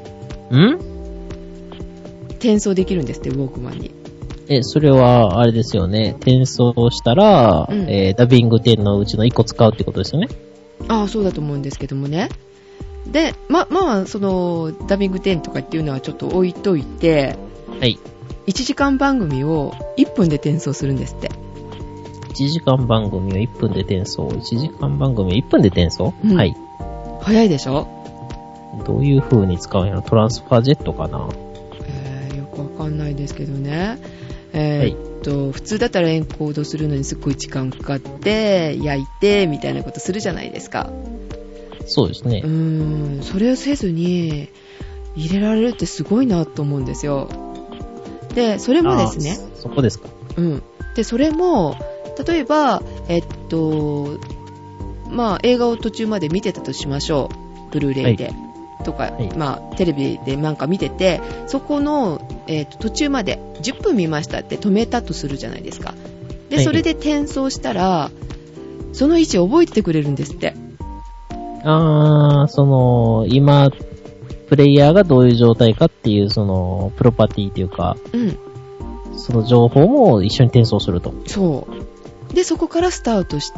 転送できるんですって、ウォークマンに。 それは、あれですよね。転送したら、ダビング10のうちの1個使うってことですよね。 そうだと思うんですけどもね。で、まあ、その、ダビング10とかっていうのはちょっと置いといて、 はい。 1時間番組を1分で転送するんですって。 1時間番組を1分で転送。1時間番組を1分で転送、はい。 早いでしょ？どういう風に使うんやろ？トランスファージェットかな？ よくわかんないですけどね。普通だったらエンコードするのにすっごい時間かかって、焼いて、みたいなことするじゃないですか。 そうですね。 それをせずに入れられるってすごいなと思うんですよ。で、それもですね。 そこですか。 で、それも、例えば、まあ、映画を途中まで見てたとしましょう。ブルーレイで。とか、まあ、テレビでなんか見てて、そこの、途中まで10分見ましたって止めたとするじゃないですか。で、それで転送したら、その位置を覚えてくれるんですって。 今、プレイヤーがどういう状態かっていう、プロパティというか、その情報も一緒に転送すると。 そう。で、そこからスタートして、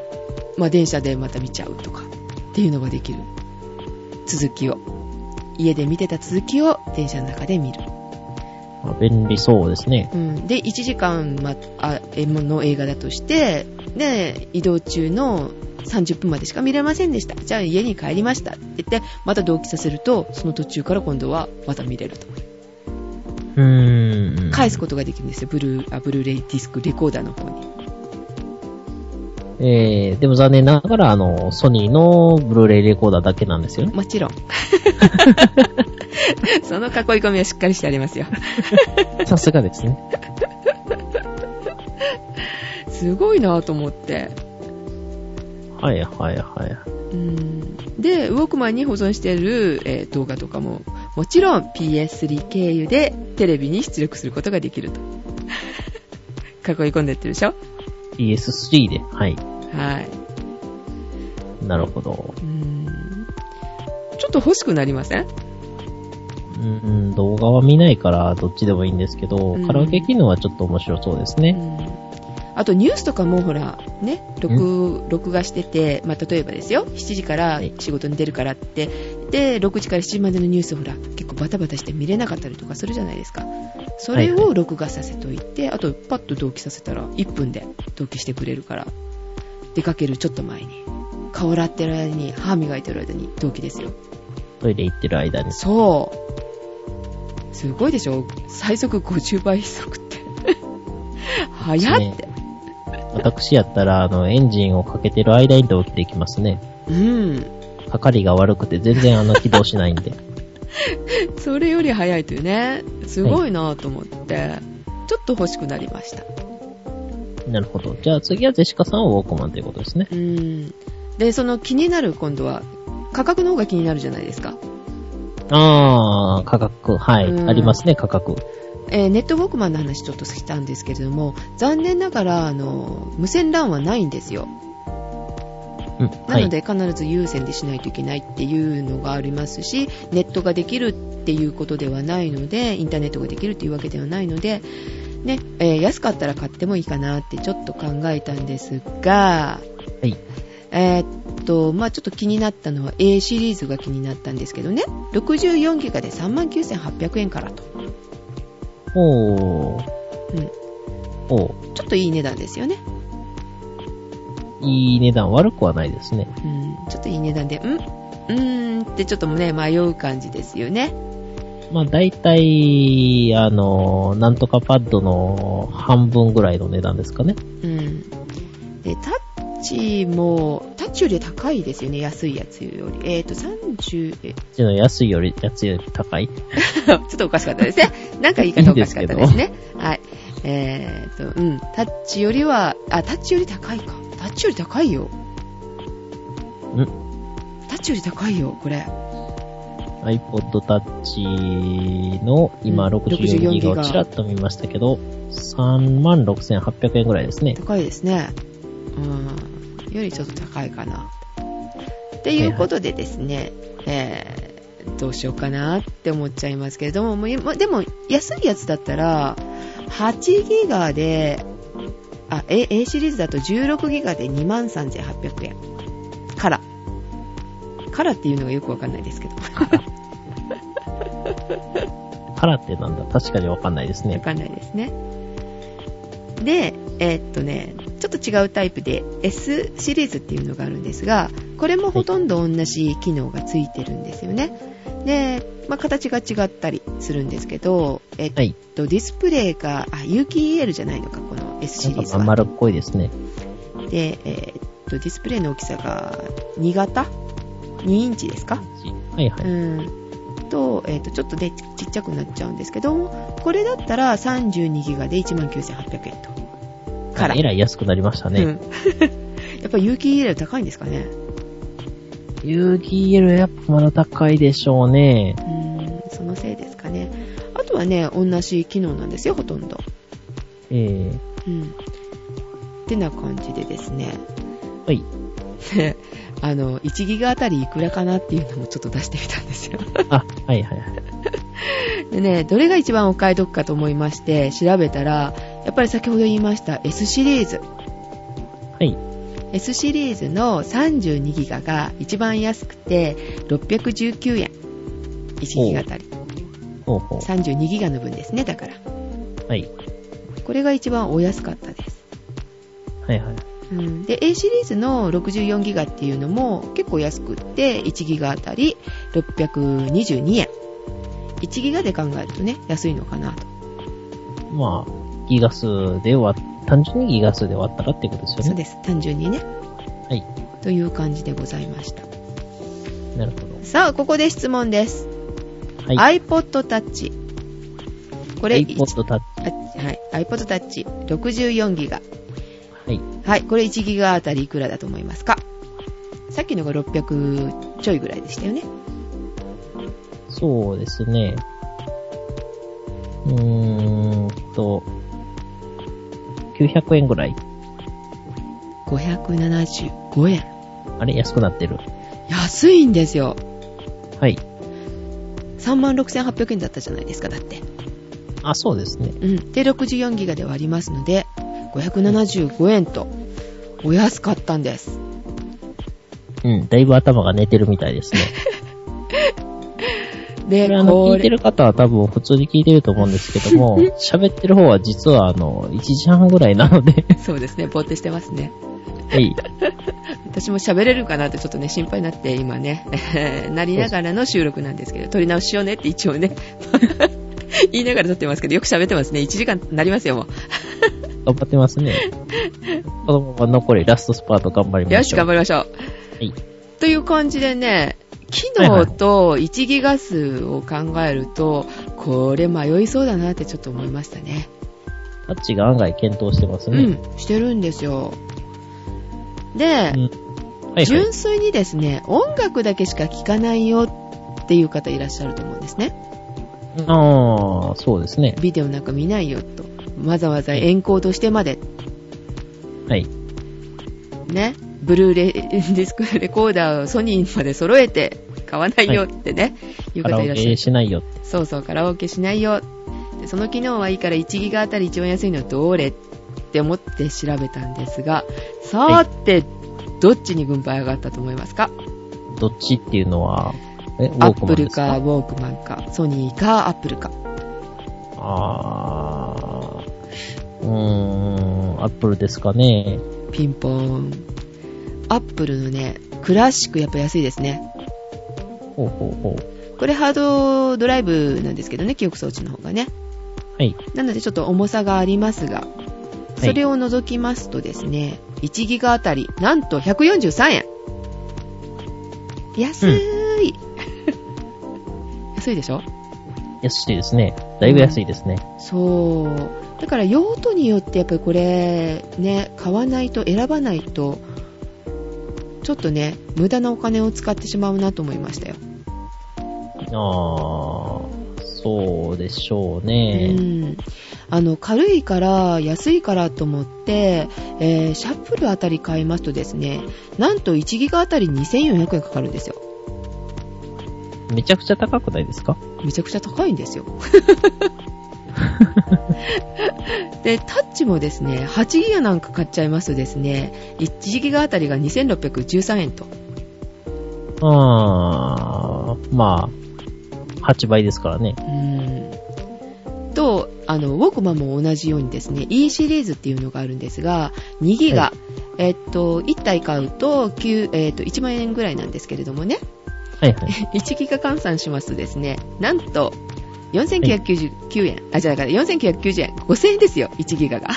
まあ、電車でまた見ちゃうとか、っていうのができる。続きを。家で見てた続きを電車の中で見る。 便利そうですね。 で、1時間、の映画だとして、で、移動中の30分までしか見れませんでした。じゃあ家に帰りましたって言って、また同期させると、その途中から今度はまた見れると。返すことができるんですよ。ブルーレイディスクレコーダーの方に。 でも残念ながら、ソニーのブルーレイレコーダーだけなんですよね。 もちろん。その囲い込みはしっかりしてありますよ。 さすがですね。 すごいなぁと思って。 はい。 で、ウォークマンに保存している、動画とかも、もちろん PS3 経由でテレビに出力することができると。囲い込んでってるでしょ？ PS3 で、はい。 はい。 なるほど。 ちょっと欲しくなりません？ 動画は見ないからどっちでもいいんですけど、カラオケ機能はちょっと面白そうですね。 あとニュースとかもほら、ね、録画してて、まあ、例えばですよ、7時から仕事に出るからって、で、6時から7時までのニュースほら、結構バタバタして見れなかったりとかするじゃないですか。それを録画させといて、あとパッと同期させたら1分で同期してくれるから、出かけるちょっと前に、顔洗ってる間に、歯磨いてる間に同期ですよ。 トイレ行ってる間に。 そう。すごいでしょ？最速50倍速って。早って。 私やったら、エンジンをかけてる間に同期できますね。係が悪くて全然起動しないんで。 それより早いというね。すごいなぁと思って、ちょっと欲しくなりました。 なるほど。じゃあ次はゼシカさんはウォークマンということですね。 で、その気になる今度は、価格の方が気になるじゃないですか。 価格。はい。ありますね、価格。 ネットウォークマンの話ちょっとしたんですけれども、残念ながら、無線 LAN はないんですよ。なので、必ず有線でしないといけないっていうのがありますし、ネットができるっていうことではないので、インターネットができるっていうわけではないので、ね、安かったら買ってもいいかなってちょっと考えたんですが、 はい。 まあちょっと気になったのは A シリーズが気になったんですけどね、64ギガで 39,800 円からと。ちょっといい値段ですよね。 いい値段、悪くはないですね。 ちょっといい値段で、ってちょっとね、迷う感じですよね。 まあ大体、なんとかパッドの半分ぐらいの値段ですかね。 で、タッチより高いですよね、安いやつより。 安いやつより高いちょっとおかしかったですね。なんか言い方おかしかったですね。はい。タッチよりは、タッチより高いか。タッチより高いよ。タッチより高いよ、これ。 iPod Touch の今64ギガをちらっと見ましたけど、36,800 円ぐらいですね。高いですね。よりちょっと高いかな。っていうことでですね、どうしようかなって思っちゃいますけれども、でも安いやつだったら、8ギガで、A シリーズだと16ギガで 23,800 円。カラっていうのがよくわかんないですけど。 カラってなんだ？確かにわかんないですね。 わかんないですね。で、ちょっと違うタイプで S シリーズっていうのがあるんですが、これもほとんど同じ機能がついてるんですよね。で、形が違ったりするんですけど、ディスプレイが、有機 EL じゃないのか、この S シリーズは。 丸っこいですね。 で、ディスプレイの大きさが2型 ?2 インチですか？ はいはい。 ちょっとでちっちゃくなっちゃうんですけど、これだったら32ギガで 19,800 円と。 えらい安くなりましたね。 やっぱ有機 EL 高いんですかね？ 有機 EL やっぱまだ高いでしょうね。 そのせいですかね。あとはね、同じ機能なんですよ、ほとんど。ってな感じでですね。 はい。 1ギガあたりいくらかなっていうのもちょっと出してみたんですよ。 はいはいはい。 でね、どれが一番お買い得かと思いまして調べたら、やっぱり先ほど言いました S シリーズ。 はい。 S シリーズの32ギガが一番安くて619円。1ギガあたり。32ギガの分ですね、だから。 はい。 これが一番お安かったです。 はいはい。 で A シリーズの64ギガっていうのも結構安くって1ギガあたり622円。1ギガで考えるとね、安いのかなと。 まあ、ギガ数で単純にギガ数で割ったらってことですよね。 そうです。単純にね。 はい。 という感じでございました。 なるほど。 さあ、ここで質問です。 はい。 iPod Touch。これ、 iPod Touch。 はい。iPod Touch 64ギガ。 はい。 はい。これ1ギガあたりいくらだと思いますか？さっきのが600ちょいぐらいでしたよね。 そうですね。900円ぐらい。 575円。 あれ安くなってる。 安いんですよ。 はい。 36,800 円だったじゃないですか、だって。 あ、そうですね。 うん。で、64ギガではありますので、575円と、お安かったんです。 うん、だいぶ頭が寝てるみたいですね。 で、 聞いてる方は多分普通に聞いてると思うんですけども、喋ってる方は実は1時半ぐらいなので。 そうですね、ぼーってしてますね。 はい。 私も喋れるかなってちょっとね、心配になって今ね、なりながらの収録なんですけど、撮り直ししようねって一応ね、言いながら撮ってますけど、よく喋ってますね。1時間になりますよ、もう。 頑張ってますね。このまま残りラストスパート頑張りましょう。 よし、頑張りましょう。はい。という感じでね、機能と1ギガ数を考えると、これ迷いそうだなってちょっと思いましたね。 タッチが案外検討してますね。 うん、してるんですよ。で、はいはい、純粋にですね、音楽だけしか聴かないよっていう方いらっしゃると思うんですね。 ああ、そうですね。 ビデオなんか見ないよと。わざわざエンコードしてまで。 はい。 ね。ブルーレイディスクレコーダーをソニーまで揃えて買わないよってね、はい、いう方いらっしゃる。 カラオケしないよって。 そうそう、カラオケしないよ。でその機能はいいから1ギガあたり一番安いのはどれって思って調べたんですが、さて、はい、どっちに軍配上がったと思いますか？ どっちっていうのは、 アップルかウォークマンか、ソニーかアップルか。 アップルですかね。 ピンポーン。アップルのね、クラシックやっぱ安いですね。 ほうほうほう。 これハードドライブなんですけどね、記憶装置の方がね。 はい。 なのでちょっと重さがありますが、それを除きますとですね、1ギガあたり、なんと143円。安い。安いでしょ？ 安いですね。だいぶ安いですね。 そう。だから用途によってやっぱりこれ、ね、買わないと、選ばないと、ちょっとね、無駄なお金を使ってしまうなと思いましたよ。 そうでしょうね。 軽いから安いからと思って、シャッフルあたり買いますとですね、なんと1ギガあたり2400円かかるんですよ。 めちゃくちゃ高くないですか？ めちゃくちゃ高いんですよ。で、タッチもですね、8ギガなんか買っちゃいますとですね、1ギガあたりが2613円と。 まあ、8倍ですからね。 と、ウォークマンも同じようにですね、E シリーズっていうのがあるんですが、2ギガ、はい、1体買うと、1万円ぐらいなんですけれどもね。はいはい。1ギガ換算しますとですね、なんと、4999円。はい、だから4990円。5000円ですよ、1ギガが。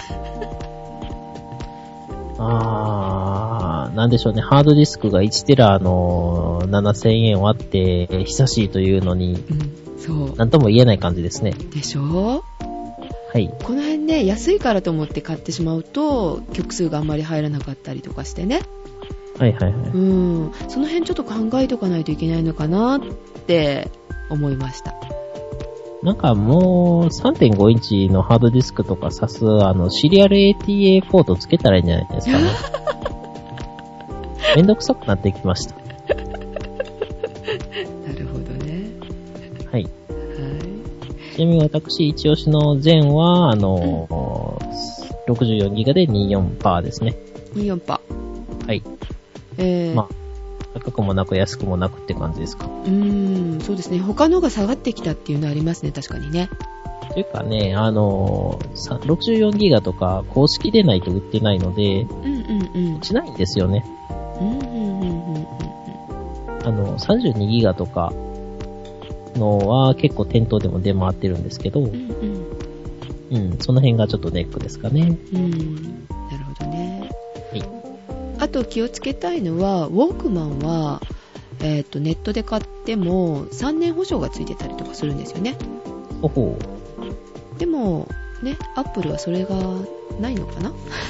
なんでしょうね。ハードディスクが1テラの7000円割って久しいというのに、そう。なんとも言えない感じですね。 でしょ？はい。この辺ね、安いからと思って買ってしまうと、曲数があんまり入らなかったりとかしてね。 はいはいはい。 その辺ちょっと考えておかないといけないのかなって思いました。 なんかもう 3.5 インチのハードディスクとか挿すシリアル ATA ポートつけたらいいんじゃないですかね。めんどくさくなってきました。なるほどね。 はい。はい。ちなみに私一押しのゼンは64ギガで 24% ですね。 24%。 はい。まあ高くもなく安くもなくって感じですか。 そうですね。他のが下がってきたっていうのはありますね、確かにね。 というかね、64ギガとか公式でないと売ってないので、しないんですよね。32ギガとかのは結構店頭でも出回ってるんですけど、その辺がちょっとネックですかね。 なるほどね。はい。あと気をつけたいのは、ウォークマンは、ネットで買っても3年保証がついてたりとかするんですよね。 ほほう。でも、ね、アップルはそれがないのかな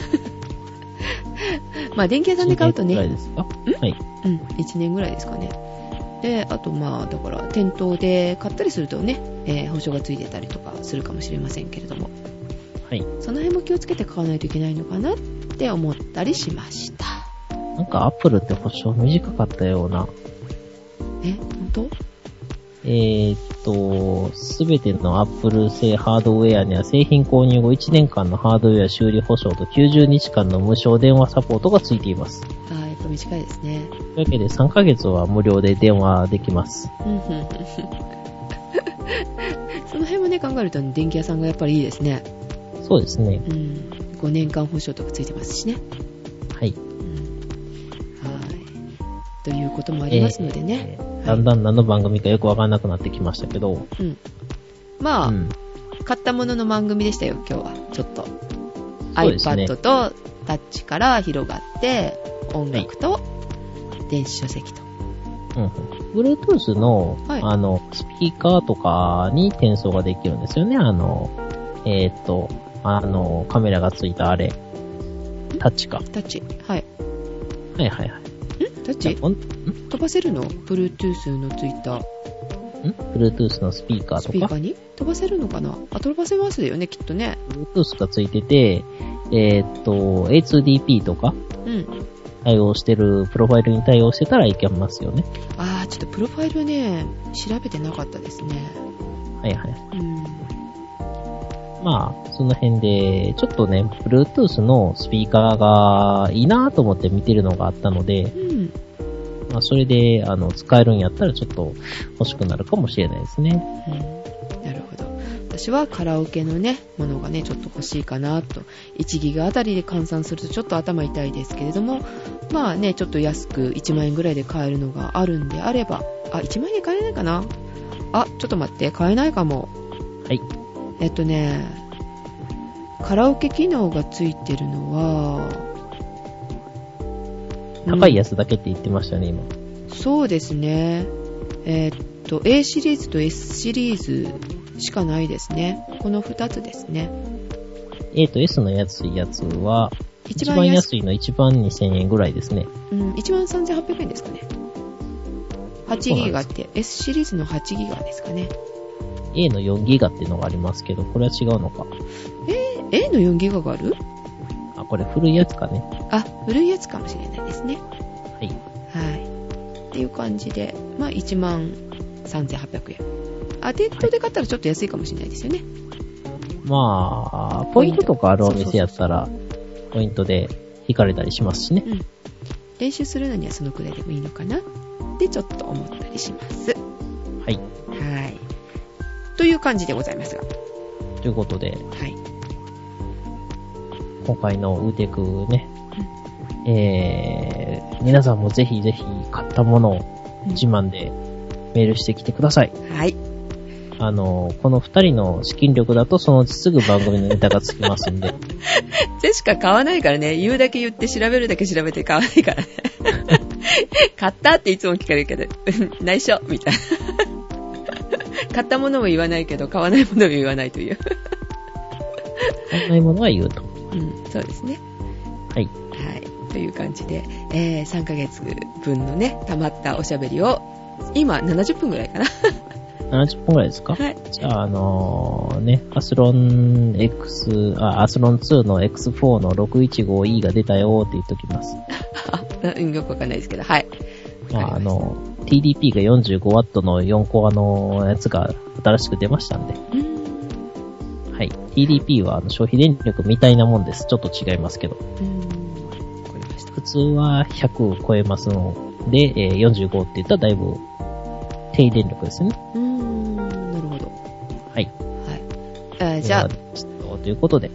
まあ、電気屋さんで買うとね。 1年ぐらいですか？はい。 1年ぐらいですかね。で、あとまあ、だから、店頭で買ったりするとね、保証がついてたりとかするかもしれませんけれども。はい。その辺も気をつけて買わないといけないのかなって思ったりしました。 なんかアップルって保証短かったような。 本当？ すべての Apple 製ハードウェアには製品購入後1年間のハードウェア修理保証と90日間の無償電話サポートがついています。 やっぱ短いですね。 というわけで3ヶ月は無料で電話できます。 その辺もね、考えると電気屋さんがやっぱりいいですね。 そうですね。 5年間保証とかついてますしね。 はい。 ということもありますのでね。 だんだん何の番組かよくわからなくなってきましたけど。 まあ、買ったものの番組でしたよ、今日は。ちょっと。iPad とタッチから広がって、音楽と電子書籍と。 Bluetooth の、スピーカーとかに転送ができるんですよね。カメラがついたあれ。タッチか。 タッチ。はい。タッチ飛ばせるの ?Bluetooth のついた。 Bluetooth のスピーカーとか。 スピーカーに飛ばせるのかな？飛ばせますよね、きっとね。 Bluetooth がついてて、A2DP とか。対応してる、プロファイルに対応してたらいけますよね。 ちょっとプロファイルね、調べてなかったですね。 まあ、その辺で、ちょっとね、Bluetooth のスピーカーがいいなと思って見てるのがあったので、まあ、それで、使えるんやったらちょっと欲しくなるかもしれないですね。 なるほど。私はカラオケのね、ものがね、ちょっと欲しいかなと。1ギガあたりで換算するとちょっと頭痛いですけれども、まあね、ちょっと安く1万円ぐらいで買えるのがあるんであれば、1万円で買えないかな？ちょっと待って、買えないかも。 はい。 カラオケ機能がついてるのは、 高いやつだけって言ってましたね、今。 そうですね。A シリーズと S シリーズしかないですね。この2つですね。 A と S の安いやつは、一番安いの12000円ぐらいですね。 13800円ですかね。8ギガって、S シリーズの8ギガですかね。 A の4ギガっていうのがありますけど、これは違うのか。 A の4ギガがある？ これ古いやつかね。 古いやつかもしれないですね。 はい。 っていう感じで、まあ、13800円。ネットで買ったらちょっと安いかもしれないですよね。 まあ、ポイントとかあるお店やったら、ポイントで引かれたりしますしね。 練習するのにはそのくらいでもいいのかなってちょっと思ったりします。 はい。 という感じでございますが。 ということで、今回のウーテクね、皆さんもぜひぜひ買ったものを自慢でメールしてきてください。この二人の資金力だとそのうちすぐ番組のネタがつきますんで。 ジェシカ買わないからね、言うだけ言って調べるだけ調べて買わないからね。買ったっていつも聞かれるけど、内緒みたいな。買ったものも言わないけど、買わないものも言わないという。 買わないものは言うと。 そうですね。という感じで、3ヶ月分のね、溜まったおしゃべりを、今70分ぐらいかな。 70分ぐらいですか？じゃあ、アスロン2の X4 の 615E が出たよって言っときます。 よくわかんないですけど、 TDP が 45W の4コアのやつが新しく出ましたんで。TDP は消費電力みたいなもんです。ちょっと違いますけど。普通は100を超えますので、45って言ったらだいぶ低電力ですね。 なるほど。じゃあ、 ということで。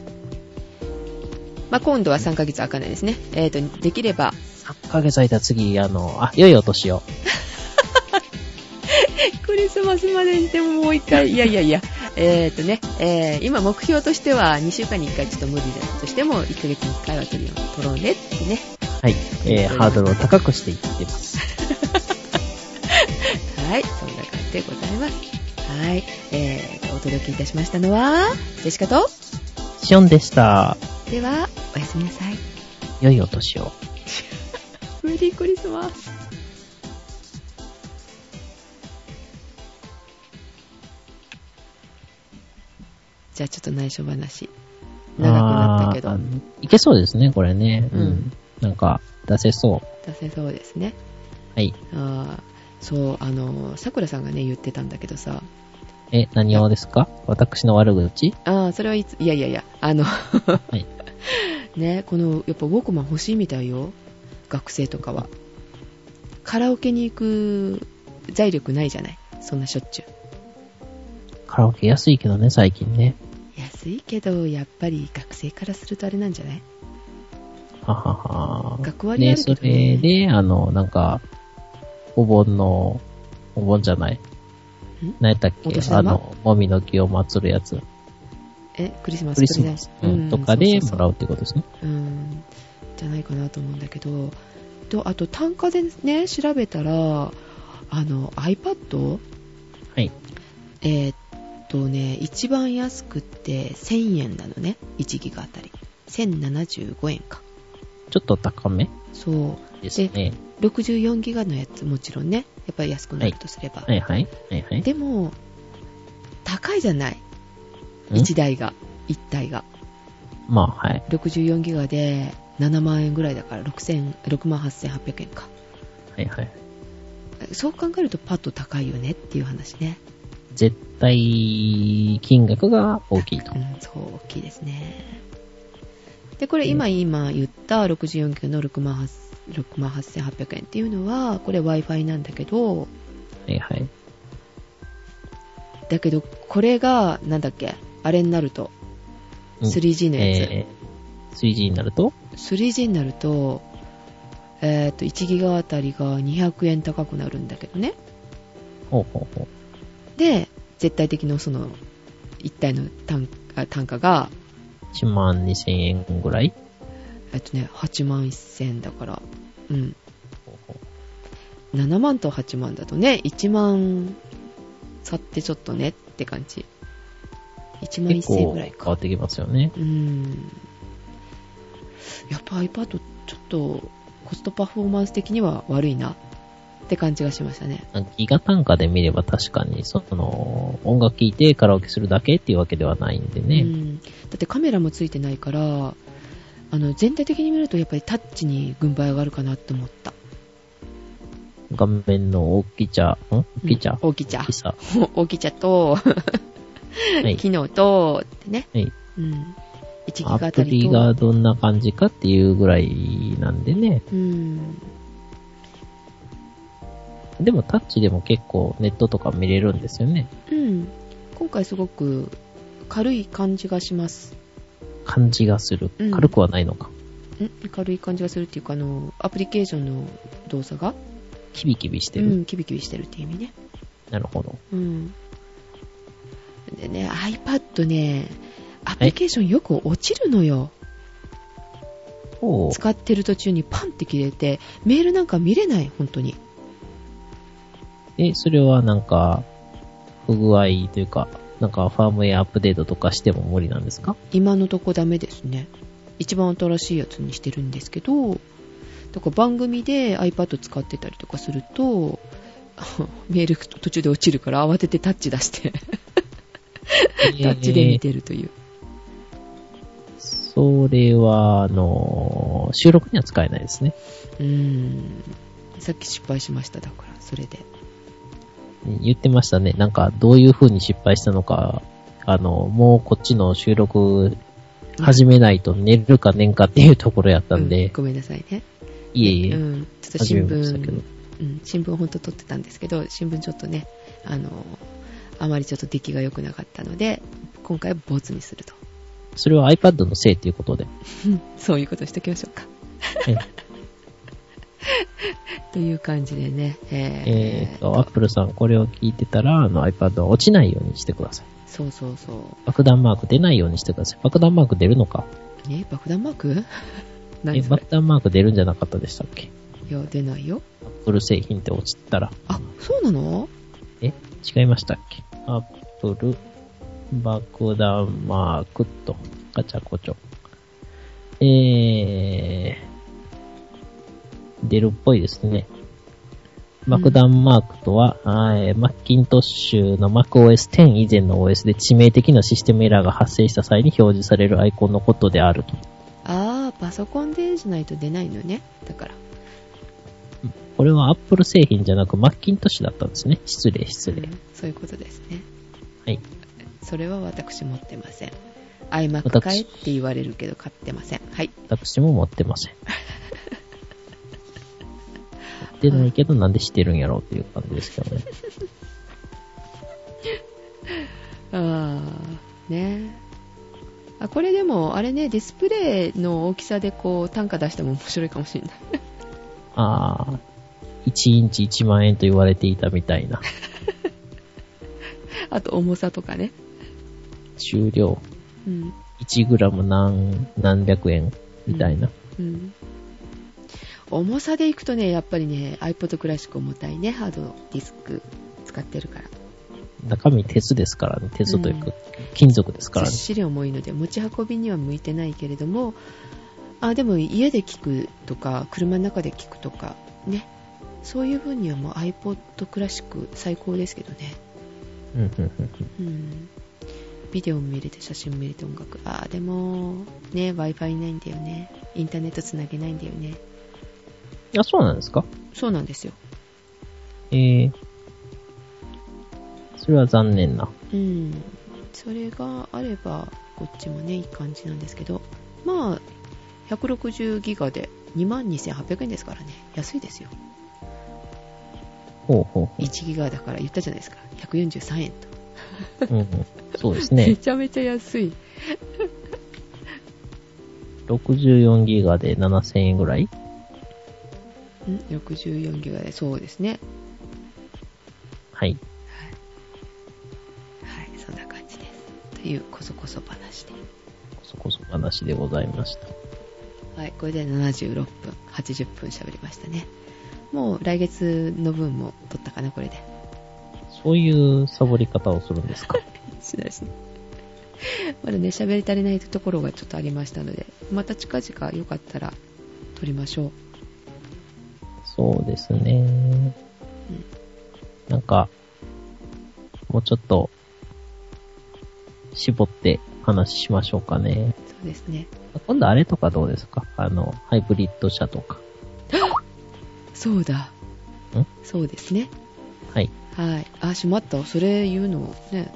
今度は3ヶ月開かないですね。できれば。 3ヶ月空いたら次、良いお年を。 クリスマスまでにでももう一回、今目標としては2週間に1回ちょっと無理だとしても1ヶ月に1回は取ろうねってね。 ハードルを高くしていってます。 そんな感じでございます。お届けいたしましたのは、ジェシカとシオンでした。 では、おやすみなさい。 良いお年を。 メリークリスマス。じゃあちょっと内緒話。長くなったけど。 いけそうですね、これね。なんか、出せそう。 出せそうですね。 そう、さくらさんがね、言ってたんだけどさ。 何をですか？私の悪口？ それはいや、はい。ね、やっぱウォークマン欲しいみたいよ。学生とかは。カラオケに行く財力ないじゃない。そんなしょっちゅう。 カラオケ安いけどね、最近ね。 安いけど、やっぱり学生からするとあれなんじゃない？ ははは。 学割あるけどね。 それで、なんか、お盆じゃない。何やったっけ？もみの木を祀るやつ。 クリスマスプレゼント、 とかでもらうってことですね。 じゃないかなと思うんだけど、あと単価でね、調べたら、iPad？ はい。 一番安くって1000円なのね。1ギガあたり。1075円か。 ちょっと高め？ そうですね。で、 64ギガのやつもちろんね、やっぱり安くなるとすれば。 はい。 でも、高いじゃない。1台が。 まあ、はい。 64ギガで7万円ぐらいだから68,800円か。 はい。 そう考えるとパッと高いよねっていう話ね。 絶対金額が大きいと。 そう、大きいですね。で、これ今言った64ギガの68,800円っていうのは、これ Wi-Fi なんだけど、 はい。 だけど、これが、なんだっけ、あれになると、3G のやつ。 3G になると 3G になると、1ギガあたりが200円高くなるんだけどね。 ほう。 で、絶対的なその、一体の単価が、 12,000円ぐらい 81,000だから、7万と8万だとね、1万差ってちょっとねって感じ。1万1000ぐらいか。 変わってきますよね。 やっぱ iPad ちょっとコストパフォーマンス的には悪いなって感じがしましたね。 ギガ単価で見れば確かに音楽聴いてカラオケするだけっていうわけではないんでね。 だってカメラもついてないから、全体的に見るとやっぱりタッチに軍配上がるかなって思った。 画面の大きさと、はい、機能とってね。 はい。 1ギガあたりと。 アプリがどんな感じかっていうぐらいなんでね。でもタッチでも結構ネットとか見れるんですよね。 今回すごく軽い感じがします。 感じがする。軽くはないのか。 軽い感じがするっていうか、アプリケーションの動作がキビキビしてる。 キビキビしてるっていう意味ね。 なるほど。 でね、iPad ね、アプリケーションよく落ちるのよ。使ってる途中にパンって切れて、メールなんか見れない、本当に。 それはなんか、不具合というか、なんかファームウェアアップデートとかしても無理なんですか？ 今のとこダメですね。一番新しいやつにしてるんですけど、だから番組で iPad 使ってたりとかすると、メール途中で落ちるから慌ててタッチ出して、タッチで見てるという。 それは、収録には使えないですね。 さっき失敗しました、だから、それで。 言ってましたね。なんか、どういう風に失敗したのか、もうこっちの収録始めないと寝るか寝んかっていうところやったんで。 ごめんなさいね。 いえ。 ちょっと新聞ほんと撮ってたんですけど、新聞ちょっとね、あまりちょっと出来が良くなかったので、今回はボツにすると。 それは iPad のせいということで。 そういうことにしておきましょうか。という感じでね。 Apple さんこれを聞いてたら、iPad は落ちないようにしてください。 そう。 爆弾マーク出ないようにしてください。爆弾マーク出るのか？ 爆弾マーク？ 爆弾マーク出るんじゃなかったでしたっけ？ いや、出ないよ。 Apple 製品って落ちたら。 あ、そうなの？ 違いましたっけ？ Apple 爆弾マークと、ガチャコチョ。出るっぽいですね。爆弾マークとは、マッキントッシュの MacOS X 以前の OS で致命的なシステムエラーが発生した際に表示されるアイコンのことであると。 パソコンでじゃないと出ないのね。だから。 これはアップル製品じゃなくマッキントッシュだったんですね。失礼。 そういうことですね。 はい。 それは私持ってません。iMac 買えって言われるけど買ってません。はい。 私も持ってません。持ってないけどなんでしてるんやろうっていう感じですけどね。 ね。これでもあれね、ディスプレイの大きさでこう単価出しても面白いかもしれない。 1インチ1万円と言われていたみたいな。 あと重さとかね。 重量。1グラム何百円みたいな。 重さでいくとね、やっぱりね、iPod クラシック重たいね、ハードディスク使ってるから。 中身鉄ですからね、鉄というか、金属ですからね。 ずっしり重いので持ち運びには向いてないけれども、でも家で聞くとか、車の中で聞くとか、ね、そういう分にはもう iPod クラシック最高ですけどね。ビデオも見れて、写真も見れて、音楽。でも、ね、Wi-Fi ないんだよね。インターネットつなげないんだよね。 そうなんですか？ そうなんですよ。 それは残念な。 それがあれば、こっちもね、いい感じなんですけど、まあ、160ギガで 22,800 円ですからね。安いですよ。1ギガだから言ったじゃないですか。143円と。 そうですね。 めちゃめちゃ安い。 64ギガで7000円ぐらい ？64ギガで、そうですね。 はい。 はい、そんな感じです。というこそこそ話で。 こそこそ話でございました。 はい、これで76分、80分喋りましたね。もう来月の分も取ったかな、これで。 そういうサボり方をするんですか？ しないしない。まだね、喋り足りないところがちょっとありましたので、また近々よかったら撮りましょう。 そうですね。なんか、もうちょっと、絞って話しましょうかね。 そうですね。 今度あれとかどうですか？ハイブリッド車とか。 そうだ。そうですね。 はい。 はい。しまった。それ言うのね。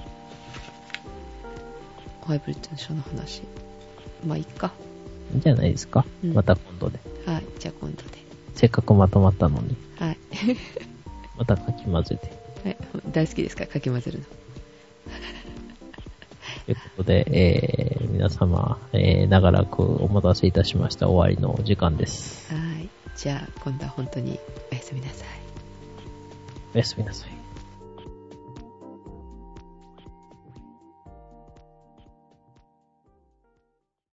ハイブリッド車の話。まあ、いいか。 いいんじゃないですか？また今度で。 はい。じゃあ今度で。 せっかくまとまったのに。 はい。 またかき混ぜて。 はい。大好きですか？かき混ぜるの。 ということで、皆様、長らくお待たせいたしました。終わりの時間です。 はい。じゃあ今度は本当におやすみなさい。 おやすみなさい。